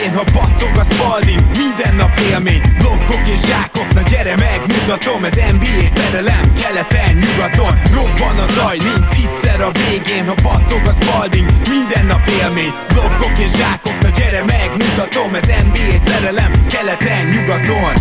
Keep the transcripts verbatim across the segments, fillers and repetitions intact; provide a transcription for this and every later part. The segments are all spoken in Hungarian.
végén, ha battog a Spalding, minden nap élmény, blokkok és zsákok, na gyere megmutatom, ez en bé á szerelem, keleten, nyugaton, robban a zaj, nincs egyszer a végén, ha battog a Spalding, minden nap élmény, blokkok és zsákok, na gyere megmutatom, ez en bé á szerelem, keleten, nyugaton.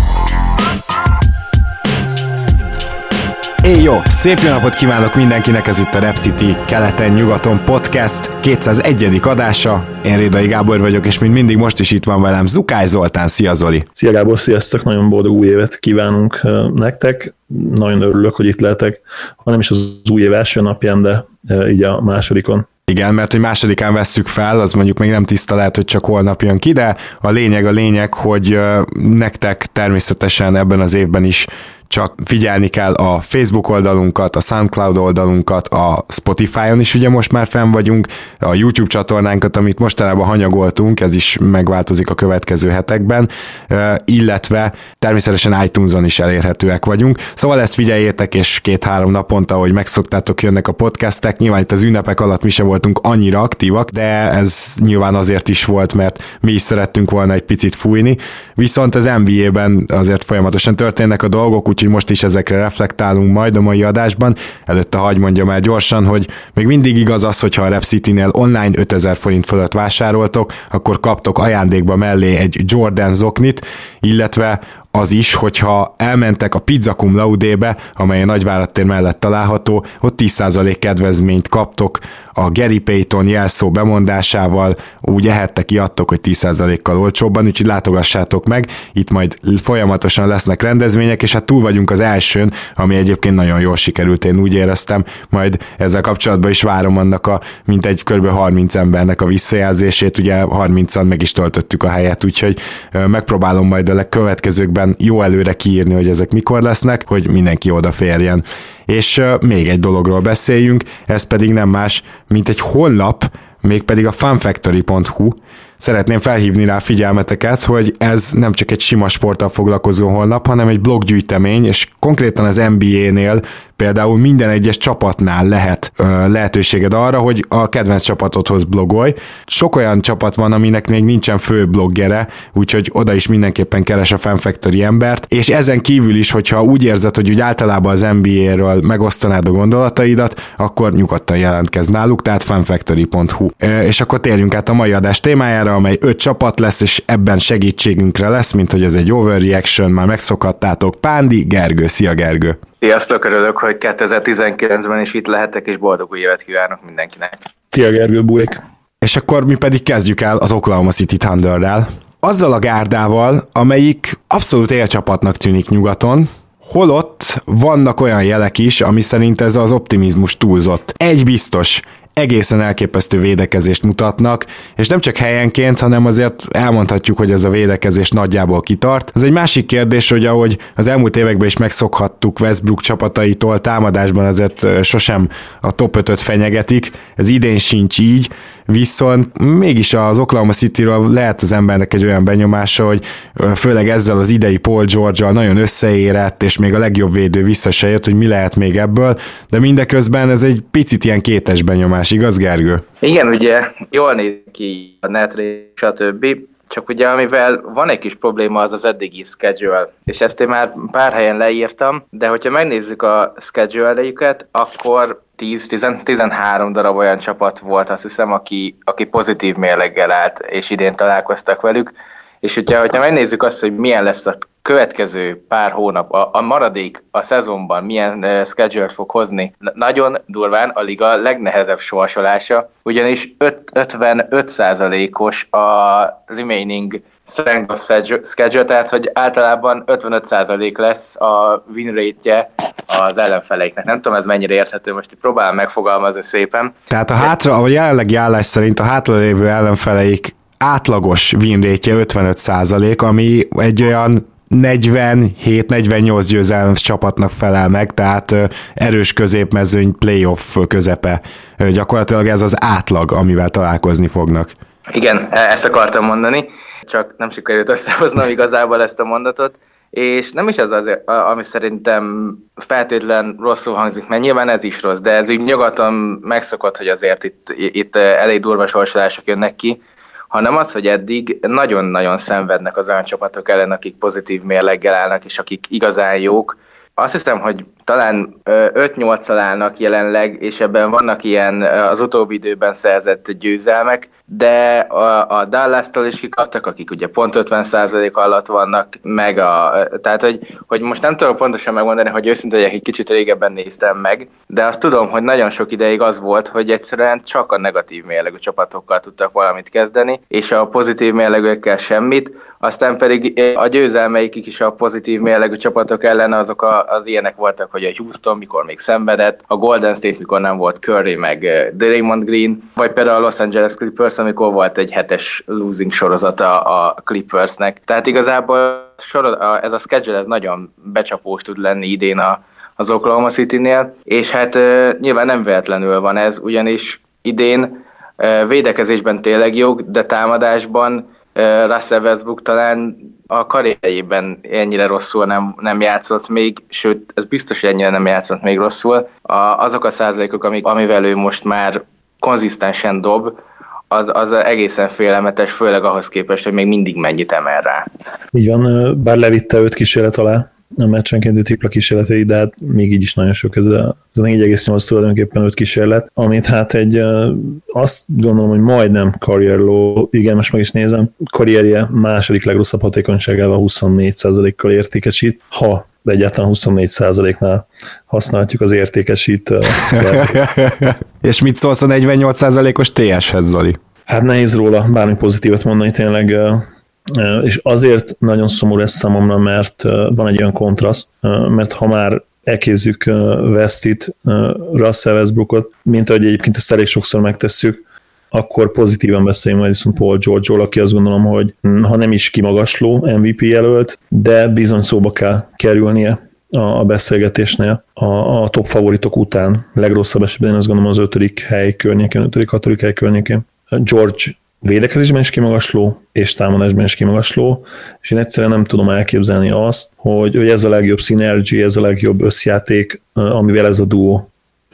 Éj jó! Szép jó napot kívánok mindenkinek, ez itt a Rep City keleten-nyugaton podcast kétszázegyedik adása. Én Rédai Gábor vagyok, és mint mindig most is itt van velem Zukály Zoltán. Szia Zoli! Szia Gábor, sziasztok! Nagyon boldog új évet kívánunk nektek. Nagyon örülök, hogy itt lehetek, ha nem is az új év első napján, de így a másodikon. Igen, mert hogy másodikán vesszük fel, az mondjuk még nem tiszta, lehet, hogy csak holnap jön ki, de a lényeg a lényeg, hogy nektek természetesen ebben az évben is csak figyelni kell a Facebook oldalunkat, a SoundCloud oldalunkat, a Spotify-on is ugye most már fenn vagyunk, a YouTube csatornánkat, amit mostanában hanyagoltunk, ez is megváltozik a következő hetekben, illetve természetesen iTunes-on is elérhetőek vagyunk. Szóval ezt figyeljétek, és két-három naponta, ahogy megszoktátok, jönnek a podcastek. Nyilván itt az ünnepek alatt mi sem voltunk annyira aktívak, de ez nyilván azért is volt, mert mi is szerettünk volna egy picit fújni. Viszont az en bé á-ben azért folyamatosan történnek a dolgok, úgyhogy most is ezekre reflektálunk majd a mai adásban. Előtte hadd mondjam el gyorsan, hogy még mindig igaz az, hogyha a Rep City-nél online ötezer forint fölött vásároltok, akkor kaptok ajándékba mellé egy Jordan zoknit, illetve az is, hogyha elmentek a Pizza Cum Laude-be, amely a Nagyvárad tér mellett található, ott tíz százalék kedvezményt kaptok a Gary Payton jelszó bemondásával, úgy ehettek, iattok, hogy tíz százalékkal olcsóbban, úgyhogy látogassátok meg, itt majd folyamatosan lesznek rendezvények, és hát túl vagyunk az elsőn, ami egyébként nagyon jól sikerült, én úgy éreztem, majd ezzel kapcsolatban is várom annak a mintegy kb. harminc embernek a visszajelzését, ugye harmincan meg is töltöttük a helyet, úgyhogy megpróbálom majd a legkövetkezőkben jó előre kiírni, hogy ezek mikor lesznek, hogy mindenki odaférjen. És uh, még egy dologról beszéljünk, ez pedig nem más, mint egy honlap, mégpedig a funfactory pont hu. Szeretném felhívni rá figyelmeteket, hogy ez nem csak egy sima sporttal foglalkozó honlap, hanem egy bloggyűjtemény, és konkrétan az en bé á-nél például minden egyes csapatnál lehet ö, lehetőséged arra, hogy a kedvenc csapatodhoz blogolj. Sok olyan csapat van, aminek még nincsen fő bloggere, úgyhogy oda is mindenképpen keres a Funfactory embert, és ezen kívül is, hogyha úgy érzed, hogy úgy általában az en bé á-ről megosztanád a gondolataidat, akkor nyugodtan jelentkezz náluk, tehát funfactory pont hu. Ö, és akkor térjünk át a mai adás témájára, amely öt csapat lesz, és ebben segítségünkre lesz, mint hogy ez egy overreaction, már megszokhattátok. Pándi, Gergő, szia Gergő! Sziasztok, örülök, hogy kétezer-tizenkilencben is itt lehetek, és boldog új évet kívánok mindenkinek. Szia Gergő, bújék! És akkor mi pedig kezdjük el az Oklahoma City Thunderrel. Azzal a gárdával, amelyik abszolút élcsapatnak tűnik nyugaton, holott vannak olyan jelek is, ami szerint ez az optimizmus túlzott. Egy biztos, egészen elképesztő védekezést mutatnak, és nem csak helyenként, hanem azért elmondhatjuk, hogy ez a védekezés nagyjából kitart. Ez egy másik kérdés, hogy ahogy az elmúlt években is megszokhattuk Westbrook csapataitól, támadásban azért sosem a top ötöt fenyegetik, ez idén sincs így, viszont mégis az Oklahoma Cityről lehet az embernek egy olyan benyomása, hogy főleg ezzel az idei Paul George-al nagyon összeérett, és még a legjobb védő vissza se jött, hogy mi lehet még ebből, de mindeközben ez egy picit ilyen kétes benyomás, igaz Gergő? Igen, ugye jól néz ki a netré, stb. Csak ugye amivel van egy kis probléma, az az eddigi schedule, és ezt én már pár helyen leírtam, de hogyha megnézzük a schedule-jüket, akkor tíz-tizenhárom darab olyan csapat volt, azt hiszem, aki, aki pozitív mérleggel állt, és idén találkoztak velük, és hogyha, hogyha megnézzük azt, hogy milyen lesz a következő pár hónap, a, a maradék a szezonban milyen uh, schedule-t fog hozni, nagyon durván a liga legnehezebb sorsolása, ugyanis ötvenöt százalékos a remaining strength of schedule, tehát hogy általában ötvenöt százalék lesz a win rate-je az ellenfeleiknek. Nem tudom, ez mennyire érthető, most próbálom megfogalmazni szépen. Tehát a, hátra, a jelenlegi állás szerint a hátralévő ellenfeleik átlagos win rate-je ötvenöt százalék, ami egy olyan negyvenhét-negyvennyolc győzelmes csapatnak felel meg, tehát erős középmezőny playoff közepe. Gyakorlatilag ez az átlag, amivel találkozni fognak. Igen, ezt akartam mondani, csak nem sikerült összehoznom igazából ezt a mondatot, és nem is az az, ami szerintem feltétlen rosszul hangzik, mert nyilván ez is rossz, de ez így nyugaton megszokott, hogy azért itt, itt elég durva sorsolások jönnek ki, hanem az, hogy eddig nagyon-nagyon szenvednek az olyan csapatok ellen, akik pozitív mérleggel állnak, és akik igazán jók. Azt hiszem, hogy talán öt-nyolccal állnak jelenleg, és ebben vannak ilyen az utóbbi időben szerzett győzelmek, de a, a Dallas-tól is kikaptak, akik ugye pont ötven százalék alatt vannak, meg a, tehát hogy, hogy most nem tudom pontosan megmondani, hogy őszintén egy kicsit régebben néztem meg, de azt tudom, hogy nagyon sok ideig az volt, hogy egyszerűen csak a negatív mérlegű csapatokkal tudtak valamit kezdeni, és a pozitív mérlegűekkel semmit, aztán pedig a győzelmeik is a pozitív mérlegű csapatok ellen azok a, az ilyenek voltak, hogy a Houston mikor még szenvedett, a Golden State mikor nem volt Curry meg Draymond Green, vagy például a Los Angeles Clippers, amikor volt egy hetes losing sorozata a Clippersnek. Tehát igazából ez a schedule ez nagyon becsapós tud lenni idén a, az Oklahoma City-nél, és hát nyilván nem véletlenül van ez, ugyanis idén védekezésben tényleg jók, de támadásban Russell Westbrook talán a karrierjében ennyire rosszul nem, nem játszott még, sőt, ez biztos, hogy ennyire nem játszott még rosszul. A, azok a százalékok, amik, amivel ő most már konzisztensen dob, az, az egészen félelmetes, főleg ahhoz képest, hogy még mindig mennyit emel rá. Így van, bár levitte öt kísérlet alá a meccsenkénti tripla kísérletei, de hát még így is nagyon sok, ez a, ez a négy egész nyolc tulajdonképpen öt kísérlet, amit hát egy, azt gondolom, hogy majdnem career low, igen, most meg is nézem, karrierje második legrosszabb hatékonyságával huszonnégy százalékkal értékesít, ha egyáltalán huszonnégy százaléknál használhatjuk az értékesít. És mit szólsz a negyvennyolc százalékos té eshez, Zoli? Hát nehéz róla bármi pozitívat mondani, tényleg, és azért nagyon szomorú ez számomra, mert van egy olyan kontraszt, mert ha már elkézzük Westit, Russell Westbrookot, mint ahogy egyébként ezt elég sokszor megtesszük, akkor pozitívan beszéljünk majd viszont Paul George-ról, aki azt gondolom, hogy ha nem is kimagasló em vé pé jelölt, de bizony szóba kell kerülnie a beszélgetésnél a, a top favoritok után. Legrosszabb esetben én azt gondolom az ötödik hely környékén, ötödik, hatodik hely környékén. George védekezésben is kimagasló, és támadásban is kimagasló, és én egyszerűen nem tudom elképzelni azt, hogy, hogy ez a legjobb szinergia, ez a legjobb összjáték, amivel ez a duó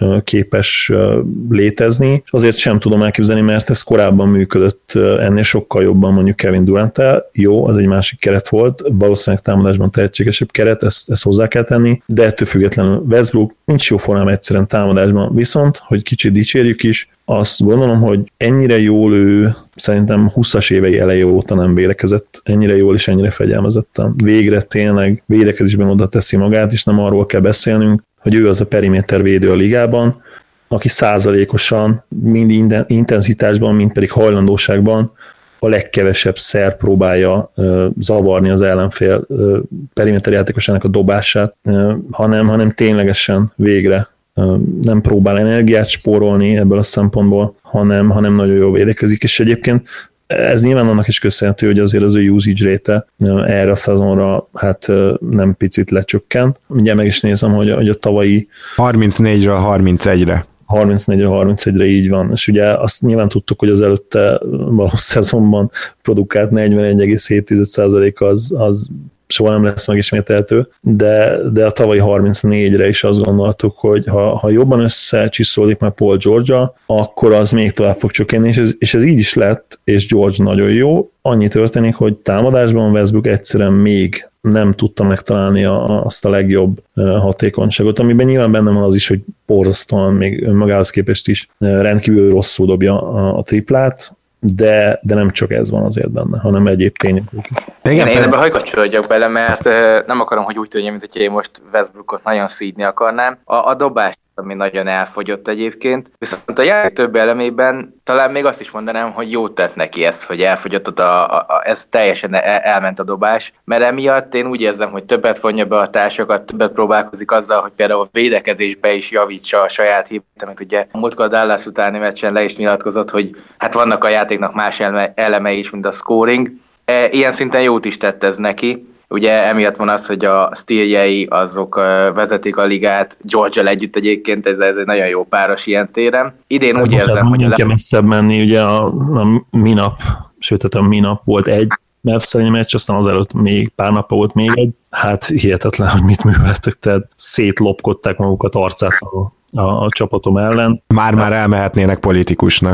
képes létezni, és azért sem tudom elképzelni, mert ez korábban működött ennél sokkal jobban mondjuk Kevin Durant-tel. Jó, az egy másik keret volt, valószínűleg támadásban tehetségesebb keret, ezt, ezt hozzá kell tenni, de ettől függetlenül Westbrook nincs jó formában egyszerűen támadásban, viszont, hogy kicsit dicsérjük is, azt gondolom, hogy ennyire jól ő szerintem húszas évei eleje óta nem védekezett, ennyire jól és ennyire fegyelmezetten. Végre tényleg védekezésben oda teszi magát, és nem arról kell beszélnünk, hogy ő az a periméter védő a ligában, aki százalékosan mind intenzitásban, mind pedig hajlandóságban a legkevesebb szer próbálja uh, zavarni az ellenfél uh, periméter játékosának a dobását, uh, hanem, hanem ténylegesen végre uh, nem próbál energiát spórolni ebből a szempontból, hanem, hanem nagyon jól védekezik, és egyébként ez nyilván annak is köszönhető, hogy azért az ő usage rate erre a szezonra hát nem picit lecsökkent. Ugye meg is nézem, hogy a, hogy a tavalyi harmincnégyről harmincegyre. harmincnégyről harmincegyre így van, és ugye azt nyilván tudtuk, hogy az előtte való szezonban produkált negyvenegy egész hét százalék az, az soha nem lesz megismételhető, de, de a tavalyi harmincnégyre is azt gondoltuk, hogy ha, ha jobban összecsiszolódik meg Paul George-a, akkor az még tovább fog csökkenni, és ez, és ez így is lett, és George nagyon jó. Annyi történik, hogy támadásban Westbrook egyszerűen még nem tudta megtalálni a, azt a legjobb hatékonyságot, amiben nyilván benne van az is, hogy borzasztóan még önmagához képest is rendkívül rosszul dobja a, a triplát, de, de nem csak ez van azért benne, hanem egyéb tények. Igen, én ebben hajkapcsolódjak bele, mert nem akarom, hogy úgy tűnjön, mint hogy én most Westbrookot nagyon szídni akarnám. A, a dobás, ami nagyon elfogyott egyébként, viszont a játék több elemében talán még azt is mondanám, hogy jót tett neki ez, hogy elfogyott, a, a, a, ez teljesen el, elment a dobás, mert emiatt én úgy érzem, hogy többet vonja be a társakat, többet próbálkozik azzal, hogy például a védekezésbe is javítsa a saját hibát, amit ugye a múltkor Dallas utáni meccsen le is nyilatkozott, hogy hát vannak a játéknak más eleme, elemei is, mint a scoring. E, ilyen szinten jót is tett ez neki. Ugye emiatt van az, hogy a stealjei azok vezetik a ligát, George-el együtt egyébként, ez, ez egy nagyon jó páros ilyen téren. Idén úgy érzem, hogy... Nem kell messzebb menni, ugye a, a minap, sőt, a minap volt egy Mavs-szerényi meccs, aztán azelőtt még pár napja volt még egy. Hát hihetetlen, hogy mit műveltek, tehát szétlopkodták magukat arcátlanul a, a csapatom ellen. Már-már elmehetnének politikusnak.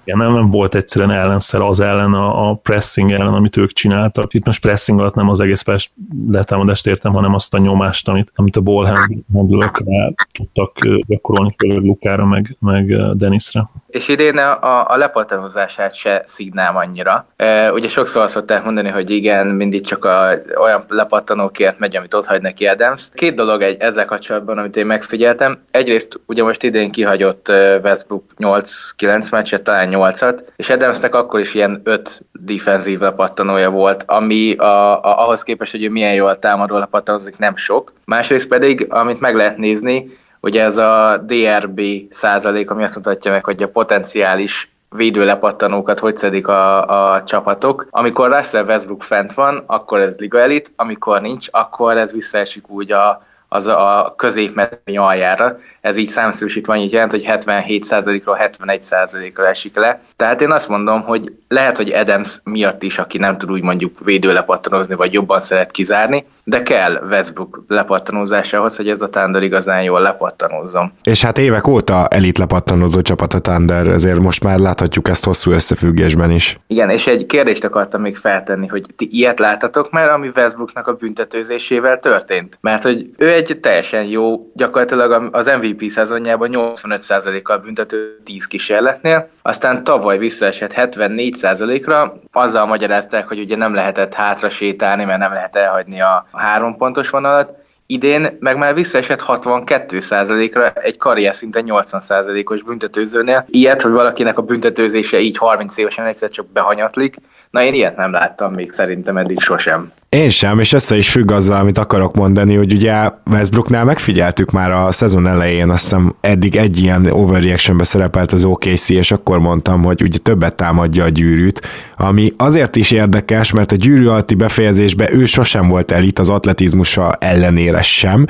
Igen, nem, nem volt egyszerűen ellenszer az ellen, a, a pressing ellen, amit ők csináltak. Itt most pressing alatt nem az egész pályás letámadást értem, hanem azt a nyomást, amit, amit a ball handlerökre tudtak gyakorolni, főleg Lukára, meg, meg Dennisre. És idén a, a lepattanozását se szígnám annyira. E, ugye sokszor azt szokták mondani, hogy igen, mindig csak a, olyan lepattanókért megy, amit ott hagy neki Adams. Két dolog egy ezzel kapcsolatban, amit én megfigyeltem. Egyrészt ugye most idén kihagyott Westbrook nyolc-kilenc meccset, talán nyolcat, és Adamsnek akkor is ilyen öt defenzív lepattanója volt, ami a, a, ahhoz képest, hogy ő milyen jól támadó lepattanozik, nem sok. Másrészt pedig, amit meg lehet nézni, ugye ez a dé er bé százalék, ami azt mutatja meg, hogy a potenciális védőlepattanókat hogy szedik a, a csapatok. Amikor Russell Westbrook fent van, akkor ez liga elit, amikor nincs, akkor ez visszaesik úgy a, az a középmezőny aljára. Ez így számszerűsítve annyit jelent, hogy hetvenhét százalékról hetvenegy százalékra esik le. Tehát én azt mondom, hogy lehet, hogy Adams miatt is, aki nem tud úgy mondjuk védőlepattanozni, vagy jobban szeret kizárni, de kell Westbrook lepattanózásához, hogy ez a Thunder igazán jól lepattanózzon. És hát évek óta elit lepattanózó csapat a Thunder, ezért most már láthatjuk ezt hosszú összefüggésben is. Igen, és egy kérdést akartam még feltenni, hogy ti ilyet láttatok már, ami Westbrooknak a büntetőzésével történt? Mert hogy ő egy teljesen jó, gyakorlatilag az em vé pé szezonjában nyolcvanöt százalékkal büntető tíz kísérletnél, aztán tavaly visszaesett hetvennégy százalékra, azzal magyarázták, hogy ugye nem lehetett hátra sétálni, mert nem lehet elhagyni a három pontos vonalat. Idén meg már visszaesett hatvankettő százalékra egy karrier szinten nyolcvan százalékos büntetőzőnél. Ilyet, hogy valakinek a büntetőzése így harminc évesen egyszer csak behanyatlik. Na én ilyet nem láttam még szerintem eddig sosem. Én sem, és össze is függ azzal, amit akarok mondani, hogy ugye Westbrooknál megfigyeltük már a szezon elején, azt hiszem eddig egy ilyen overreactionbe szerepelt az o ká cé, és akkor mondtam, hogy ugye többet támadja a gyűrűt, ami azért is érdekes, mert a gyűrű alatti befejezésben ő sosem volt elit az atletizmusa ellenére sem,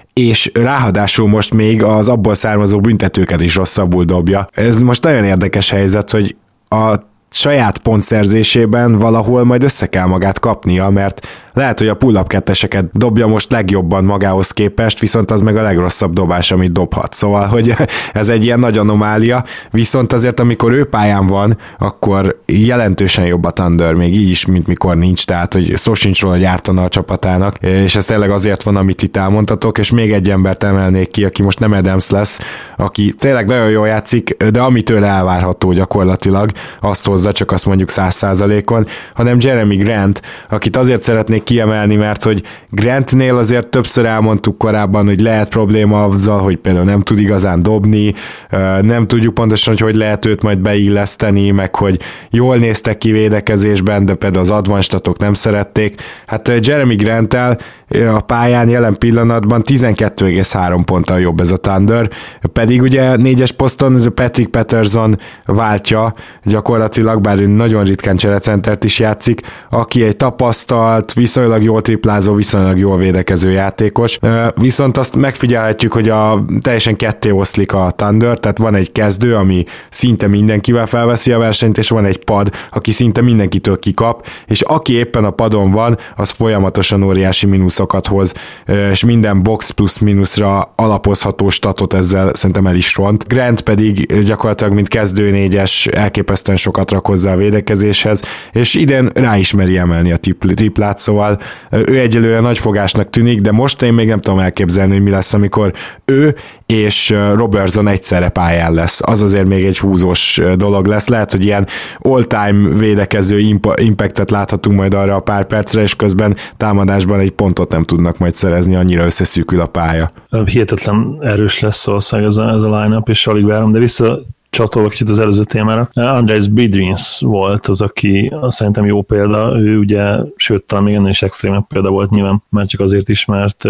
és ráadásul most még az abból származó büntetőket is rosszabbul dobja. Ez most nagyon érdekes helyzet, hogy a saját pontszerzésében valahol majd össze kell magát kapnia, mert lehet, hogy a pull-up ketteseket dobja most legjobban magához képest, viszont az meg a legrosszabb dobás, amit dobhat. Szóval, hogy ez egy ilyen nagy anomália, viszont azért, amikor ő pályán van, akkor jelentősen jobb a Thunder, még így is, mint mikor nincs, tehát, hogy szó sincs róla, gyártana a csapatának, és ez tényleg azért van, amit itt elmondhatok, és még egy embert emelnék ki, aki most nem Adams lesz, aki tényleg nagyon jól játszik, de ami tőle elvárható gyakorlatilag, azt hozza, csak azt mondjuk száz százalékon, hanem Jeremy Grant, akit azért szeretnék kiemelni, mert hogy Grantnél azért többször elmondtuk korábban, hogy lehet probléma azzal, hogy például nem tud igazán dobni, nem tudjuk pontosan, hogy hogy lehet őt majd beilleszteni, meg hogy jól néztek ki védekezésben, de például az advanstatok nem szerették. Hát Jeremy Granttel a pályán jelen pillanatban tizenkettő egész három ponttal jobb ez a Thunder, pedig ugye négyes poszton ez a Patrick Patterson váltja gyakorlatilag, bár ő nagyon ritkán cserecentert is játszik, aki egy tapasztalt, viszonylag jól triplázó, viszonylag jól védekező játékos. Viszont azt megfigyelhetjük, hogy a teljesen ketté oszlik a Thunder, tehát van egy kezdő, ami szinte mindenkivel felveszi a versenyt, és van egy pad, aki szinte mindenkitől kikap, és aki éppen a padon van, az folyamatosan óriási mínuszokat hoz, és minden box plusz mínuszra alapozható statot ezzel szerintem el is ront. Grant pedig gyakorlatilag mint kezdő négyes elképesztően sokat rak hozzá a védekezéshez, és idén rá is meri emelni a triplát, szóval ő egyelőre nagyfogásnak tűnik, de most én még nem tudom elképzelni, hogy mi lesz, amikor ő és Robertson egyszerre pályán lesz. Az azért még egy húzós dolog lesz. Lehet, hogy ilyen all-time védekező impactet láthatunk majd arra a pár percre, és közben támadásban egy pontot nem tudnak majd szerezni, annyira összeszűkül a pálya. Hihetetlen erős lesz szóval ez a, ez a line-up, és alig várom, de vissza csatolva kicsit az előző témára. Andreas Biedrins volt az, aki szerintem jó példa, ő ugye, sőt, talán még ennél is extrémebb példa volt nyilván, már csak azért is, mert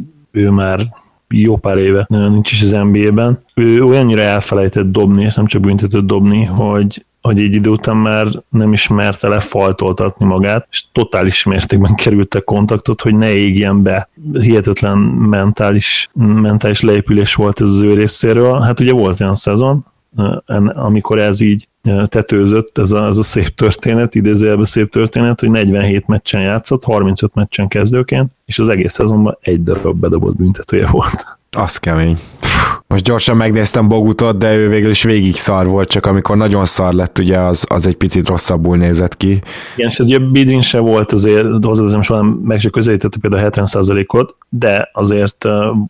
ő már jó pár éve nincs is az en bé á-ben. Ő olyannyira elfelejtett dobni, és nem csak büntetőt dobni, hogy hogy egy idő után már nem is merte lefaltoltatni magát, és totális mértékben kerültek kontaktot, hogy ne égjen be. Hihetetlen mentális, mentális leépülés volt ez az ő részéről. Hát ugye volt olyan szezon, amikor ez így tetőzött, ez a, ez a szép történet, idézőjelben szép történet, hogy negyvenhét meccsen játszott, harmincöt meccsen kezdőként, és az egész szezonban egy darab bedobott büntetője volt. Az kemény. Most gyorsan megnéztem Bogutot, de ő végül is végig szar volt, csak amikor nagyon szar lett, ugye az, az egy picit rosszabbul nézett ki. Igen, és ugye Bidrin se volt azért, hozzáteszem soha meg se közelítette például a hetven százalékot, de azért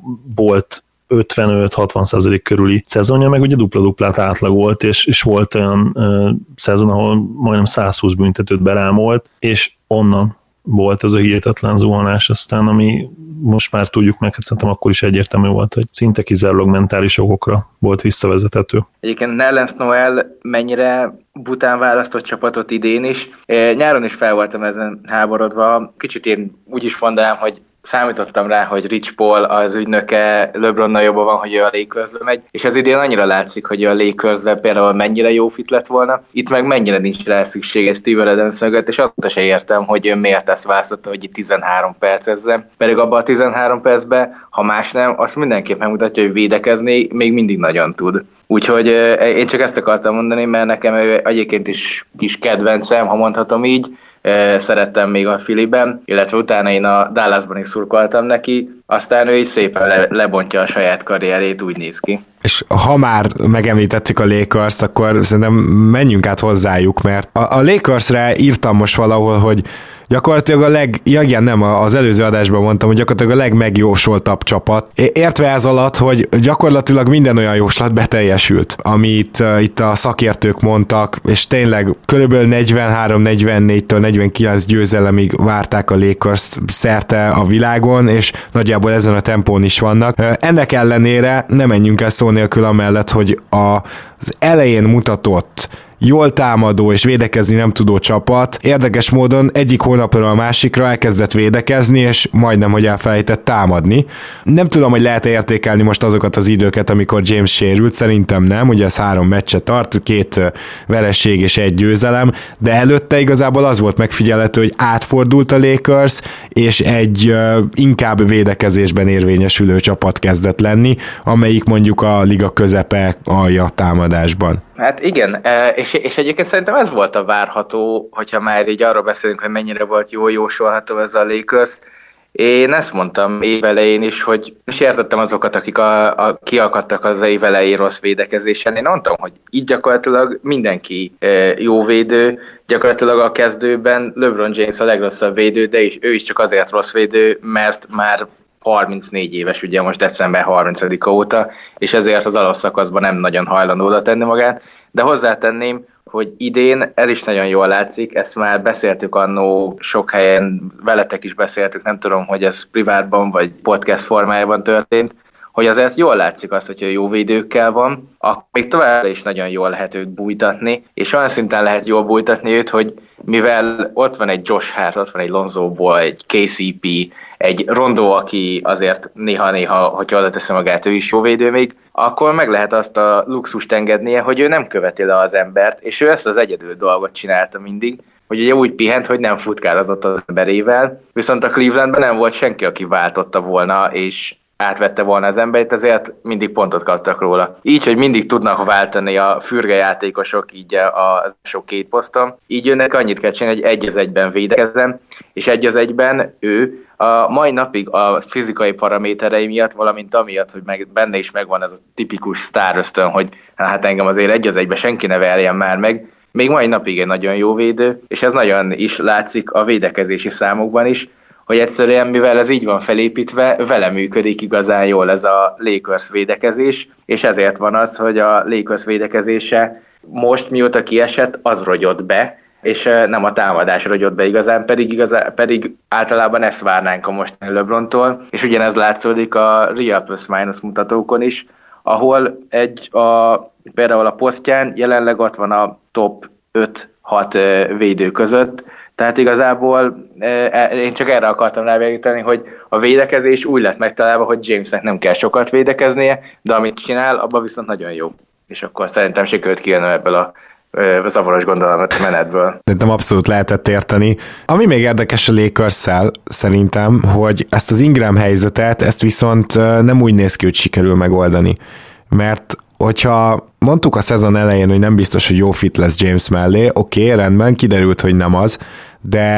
volt ötvenöt-hatvan százalék körüli szezonja, meg ugye dupla-duplát átlag volt, és, és volt olyan uh, szezon, ahol majdnem százhúsz büntetőt berámolt, és onnan volt ez a hihetetlen zuhanás aztán, ami most már tudjuk meg, hát szerintem akkor is egyértelmű volt, hogy szinte kizárólag mentális okokra volt visszavezethető. Egyébként Nerlens Noel mennyire bután választott csapatot idén is. Nyáron is fel voltam ezen háborodva. Kicsit én úgy is mondanám, hogy számítottam rá, hogy Rich Paul az ügynöke LeBronnal jobban van, hogy ő a Lakersbe megy, és az idén annyira látszik, hogy a Lakersbe például mennyire jó fit lett volna, itt meg mennyire nincs rá szüksége Steven Adams mögött, és azt se értem, hogy ő miért ezt választotta, hogy itt tizenhárom percezzen. Pedig abban a tizenhárom percben, ha más nem, azt mindenképp megmutatja, hogy védekezni még mindig nagyon tud. Úgyhogy én csak ezt akartam mondani, mert nekem ő egyébként is kis kedvencem, ha mondhatom így, szerettem még a Phillyben, illetve utána én a Dallasban is szurkoltam neki, aztán ő is szépen le, lebontja a saját karrierét, úgy néz ki. És ha már megemlítettük a Lakers-t, akkor szerintem menjünk át hozzájuk, mert a, a Lakers-re írtam most valahol, hogy gyakorlatilag a leg, ja igen, nem, az előző adásban mondtam, hogy gyakorlatilag a legmegjósoltabb csapat. Értve ez alatt, hogy gyakorlatilag minden olyan jóslat beteljesült, amit uh, itt a szakértők mondtak, és tényleg körülbelül negyvenhárom negyvennégytől negyvenkilenc győzelemig várták a Lakers-t szerte a világon, és nagyjából ezen a tempón is vannak. Uh, ennek ellenére nem menjünk el szó nélkül amellett, hogy a, az elején mutatott jól támadó és védekezni nem tudó csapat érdekes módon egyik hónapról a másikra elkezdett védekezni, és majdnem, hogy elfelejtett támadni. Nem tudom, hogy lehet értékelni most azokat az időket, amikor James sérült, szerintem nem, ugye ez három meccset tart, két veresség és egy győzelem, de előtte igazából az volt megfigyelhető, hogy átfordult a Lakers, és egy uh, inkább védekezésben érvényesülő csapat kezdett lenni, amelyik mondjuk a liga közepe alja támadásban. Hát igen, és, és egyébként szerintem ez volt a várható, hogyha már így arról beszélünk, hogy mennyire volt jó jósolható ez a Lakers. Én ezt mondtam évelején is, hogy is értettem azokat, akik a, a, kiakadtak az évelején rossz védekezésen. Én mondtam, hogy így gyakorlatilag mindenki e, jó védő, gyakorlatilag a kezdőben LeBron James a legrosszabb védő, de is, ő is csak azért rossz védő, mert már harmincnégy éves, ugye most december harmincadika óta, és ezért az alapszakaszban nem nagyon hajlandó oda tenni magát, de hozzátenném, hogy idén ez is nagyon jól látszik, ezt már beszéltük annó sok helyen, veletek is beszéltük, nem tudom, hogy ez privátban vagy podcast formájában történt, hogy azért jól látszik azt, hogyha jó védőkkel van, akkor még továbbra is nagyon jól lehet őt bújtatni, és olyan szinten lehet jól bújtatni őt, hogy mivel ott van egy Josh Hart, ott van egy Lonzo Ball, egy K C P, egy Rondo, aki azért néha-néha, hogyha oda teszi magát, ő is jó védő még, akkor meg lehet azt a luxust engednie, hogy ő nem követi le az embert, és ő ezt az egyedül dolgot csinálta mindig, hogy ugye úgy pihent, hogy nem futkározott az emberével, viszont a Clevelandben nem volt senki, aki váltotta volna, és átvette volna az embert, ezért mindig pontot kaptak róla. Így, hogy mindig tudnak váltani a fürgejátékosok így a sok két poszton, így önnek annyit kell csinálni, hogy egy az egyben védekezzen, és egy az egyben ő a mai napig a fizikai paraméterei miatt, valamint amiatt, hogy meg, benne is megvan ez a tipikus sztár ösztön, hogy hát engem azért egy az egyben senki ne verjen már meg, még mai napig egy nagyon jó védő, és ez nagyon is látszik a védekezési számokban is, hogy egyszerűen, mivel ez így van felépítve, vele működik igazán jól ez a Lakers védekezés, és ezért van az, hogy a Lakers védekezése most, mióta kiesett, az rogyott be, és nem a támadás rogyott be igazán, pedig, igazán, pedig általában ezt várnánk a mostani LeBrontól, és ugyanez látszódik a Real Plus Minus mutatókon is, ahol egy a, például a posztján jelenleg ott van a top öt-hat védő között, tehát igazából én csak erre akartam rávilágítani, hogy a védekezés úgy lett megtalálva, hogy Jamesnek nem kell sokat védekeznie, de amit csinál, abban viszont nagyon jó. És akkor szerintem sikerült kijönöm ebből a zavaros gondolatot menetből. Szerintem abszolút lehetett érteni. Ami még érdekes a Lakers-szel szerintem, hogy ezt az Ingram helyzetet, ezt viszont nem úgy néz ki, hogy sikerül megoldani. Mert hogyha mondtuk a szezon elején, hogy nem biztos, hogy jó fit lesz James mellé, oké, okay, rendben, kiderült, hogy nem az, de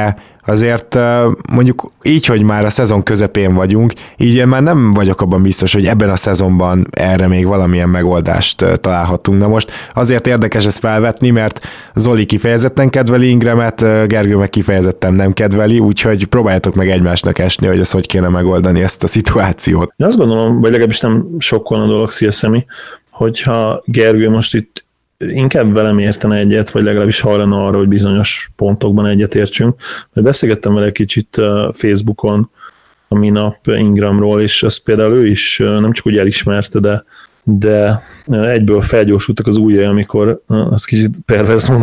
azért mondjuk így, hogy már a szezon közepén vagyunk, így én már nem vagyok abban biztos, hogy ebben a szezonban erre még valamilyen megoldást találhatunk. Na most azért érdekes ezt felvetni, mert Zoli kifejezetten kedveli Ingramet, Gergő meg kifejezetten nem kedveli, úgyhogy próbáljátok meg egymásnak esni, hogy ezt hogy kéne megoldani ezt a szituációt. Én azt gondolom, vagy legalábbis nem sokkolna dolog, szia Szemi, hogyha Gergő most itt inkább velem értene egyet, vagy legalábbis hajlana arra, hogy bizonyos pontokban egyet értsünk. Mert beszélgettem vele kicsit Facebookon a minap Ingramról, és azt például ő is nem csak úgy elismerte, de, de egyből felgyorsultak az ujjai, amikor az kicsit perverz mondom.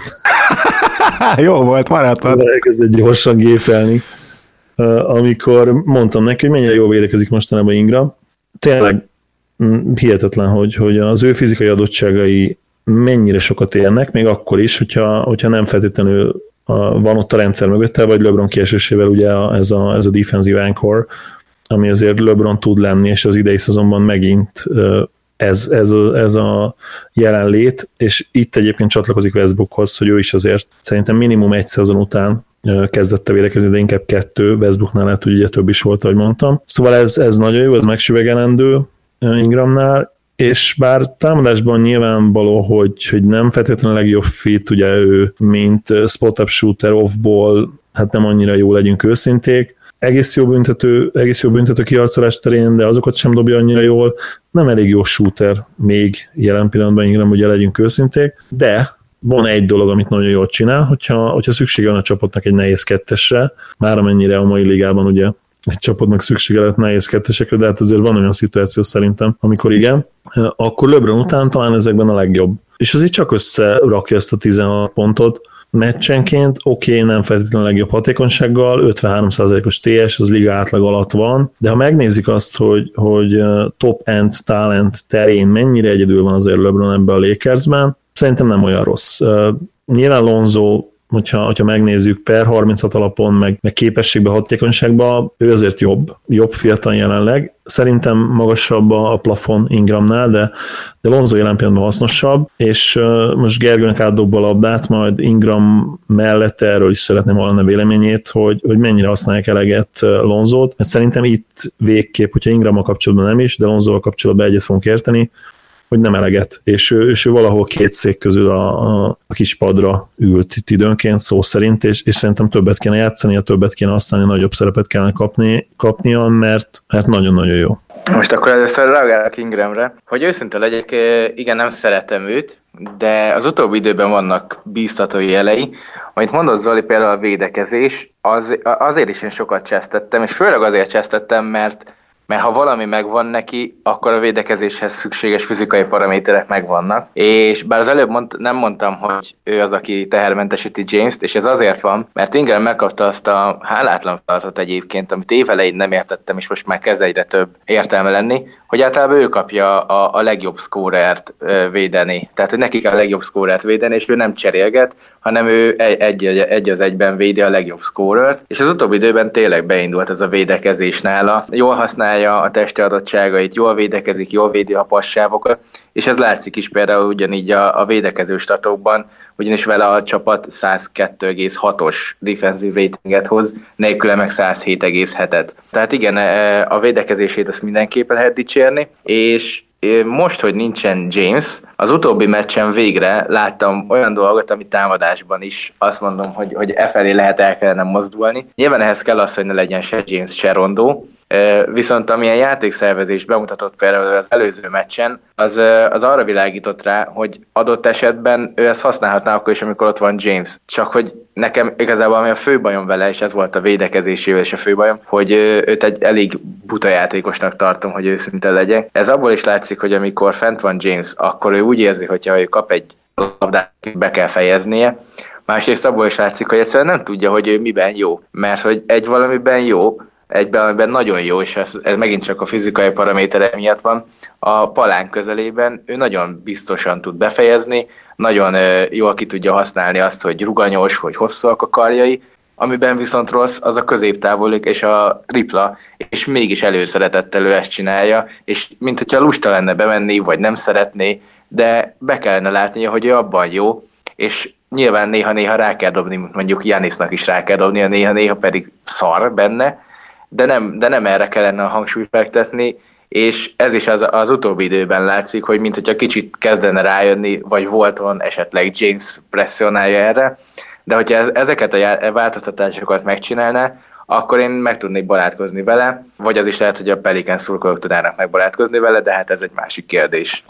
Jó volt, maradtad. Elkezdett gyorsan gépelni. Amikor mondtam neki, hogy mennyire jól védekezik mostanában Ingram. Tényleg hihetetlen, hogy, hogy az ő fizikai adottságai mennyire sokat érnek, még akkor is, hogyha, hogyha nem feltétlenül a, van ott a rendszer mögötte, vagy LeBron kiesésével ugye a, ez, a, ez a defensive anchor, ami azért LeBron tud lenni, és az idei szezonban megint ez, ez, a, ez a jelenlét, és itt egyébként csatlakozik Westbrookhoz, hogy ő is azért szerintem minimum egy szezon után kezdett a védekezni, de inkább kettő, Westbrooknál lehet, hogy ugye több is volt, ahogy mondtam. Szóval ez, ez nagyon jó, ez megsüvegelendő Ingramnál, és bár támadásban nyilvánvaló, hogy, hogy nem feltétlenül a legjobb fit, ugye ő, mint spot-up shooter off-ból, hát nem annyira jó, legyünk őszinték. Egész jó büntető, egész jó büntető kiharcolás terén, de azokat sem dobja annyira jól. Nem elég jó shooter még jelen pillanatban, Ingram, ugye legyünk őszinték, de van egy dolog, amit nagyon jól csinál, hogyha, hogyha szüksége van a csapatnak egy nehéz kettesre, már amennyire a mai ligában ugye egy csapatnak szüksége lehet nehéz kettesekre, de hát azért van olyan szituáció szerintem, amikor igen, akkor LeBron után talán ezekben a legjobb. És azért csak összerakja ezt a tizenhat pontot meccsenként, oké, okay, nem feltétlenül a legjobb hatékonysággal, ötvenhárom százalékos té es, az liga átlag alatt van, de ha megnézik azt, hogy, hogy top-end talent terén mennyire egyedül van azért LeBron ebbe a Lakersben, szerintem nem olyan rossz. Nyilván Lonzo, hogyha, hogyha megnézzük per harminchat alapon, meg, meg képességbe, hatékonyságba, ő azért jobb, jobb fiatal jelenleg. Szerintem magasabb a, a plafon Ingramnál, de, de Lonzo jelen pillanatban hasznosabb, és uh, most Gergőnek átdobba a labdát, majd Ingram mellett erről is szeretném hallani a véleményét, hogy, hogy mennyire használják eleget Lonzót, mert szerintem itt végképp, hogyha Ingrammal kapcsolatban nem is, de Lonzóval kapcsolatban egyet fogunk érteni, hogy nem eleget, és ő, és ő valahol két szék közül a, a, a kis padra ült itt időnként, szó szerint, és, és szerintem többet kéne játszani, a többet kéne használni, nagyobb szerepet kellene kapni, kapnia, mert, mert nagyon-nagyon jó. Most akkor először reagálok Ingramre, hogy őszinte legyek, igen, nem szeretem őt, de az utóbbi időben vannak bíztató jelei. Amit mondott Zoli, például a védekezés, az, azért is én sokat csesztettem, és főleg azért csesztettem, mert mert ha valami megvan neki, akkor a védekezéshez szükséges fizikai paraméterek megvannak. És bár az előbb mond, nem mondtam, hogy ő az, aki tehermentesíti James-t, és ez azért van, mert Ingram megkapta azt a hálátlan feladatot egyébként, amit évelején nem értettem, és most már kezd egyre több értelme lenni, hogy általában ő kapja a, a legjobb szkórert védeni. Tehát, hogy neki kell a legjobb szkórert védeni, és ő nem cserélget, hanem ő egy, egy, egy az egyben védi a legjobb szkórert, és az utóbbi időben tényleg beindult ez a védekezés nála. Jól használja a testi adottságait, jól védekezik, jól védi a passávokat, és ez látszik is például ugyanígy a, a védekező statokban, ugyanis vele a csapat száz kettő egész hatos defensive ratinget hoz, nélküle meg száz hét egész hetet. Tehát igen, a védekezését azt mindenképpen lehet dicsérni, és most, hogy nincsen James, az utóbbi meccsen végre láttam olyan dolgot, ami támadásban is azt mondom, hogy, hogy e felé lehet el kellene mozdulni. Nyilván ehhez kell az, hogy ne legyen se James, se Rondo, viszont amilyen játékszervezést bemutatott például az előző meccsen, az, az arra világított rá, hogy adott esetben ő ezt használhatná akkor is, amikor ott van James. Csak hogy nekem igazából ami a fő bajom vele, és ez volt a védekezésével is a fő bajom, hogy őt egy elég buta játékosnak tartom, hogy őszinte legyek. Ez abból is látszik, hogy amikor fent van James, akkor ő úgy érzi, hogyha ő kap egy labdát, be kell fejeznie. Másrészt abból is látszik, hogy egyszerűen nem tudja, hogy ő miben jó. Mert hogy egy valamiben jó, egyben, amiben nagyon jó, és ez, ez megint csak a fizikai paramétere miatt van, a palánk közelében ő nagyon biztosan tud befejezni, nagyon uh, jól ki tudja használni azt, hogy ruganyos, hogy hosszúak a karjai, amiben viszont rossz, az a középtávolik és a tripla, és mégis előszeretettel ő ezt csinálja, és mint hogyha lusta lenne bemenni, vagy nem szeretné, de be kellene látnia, hogy ő abban jó, és nyilván néha-néha rá kell dobni, mondjuk Giannisnak is rá kell dobni, néha-néha pedig szar benne, de nem, de nem erre kellene a hangsúlyt fektetni, és ez is az, az utóbbi időben látszik, hogy mint hogyha kicsit kezdene rájönni, vagy Walton esetleg James presszionálja erre, de hogyha ezeket a változtatásokat megcsinálná, akkor én meg tudnék barátkozni vele, vagy az is lehet, hogy a Pelicans szurkolók tudnának megbarátkozni vele, de hát ez egy másik kérdés.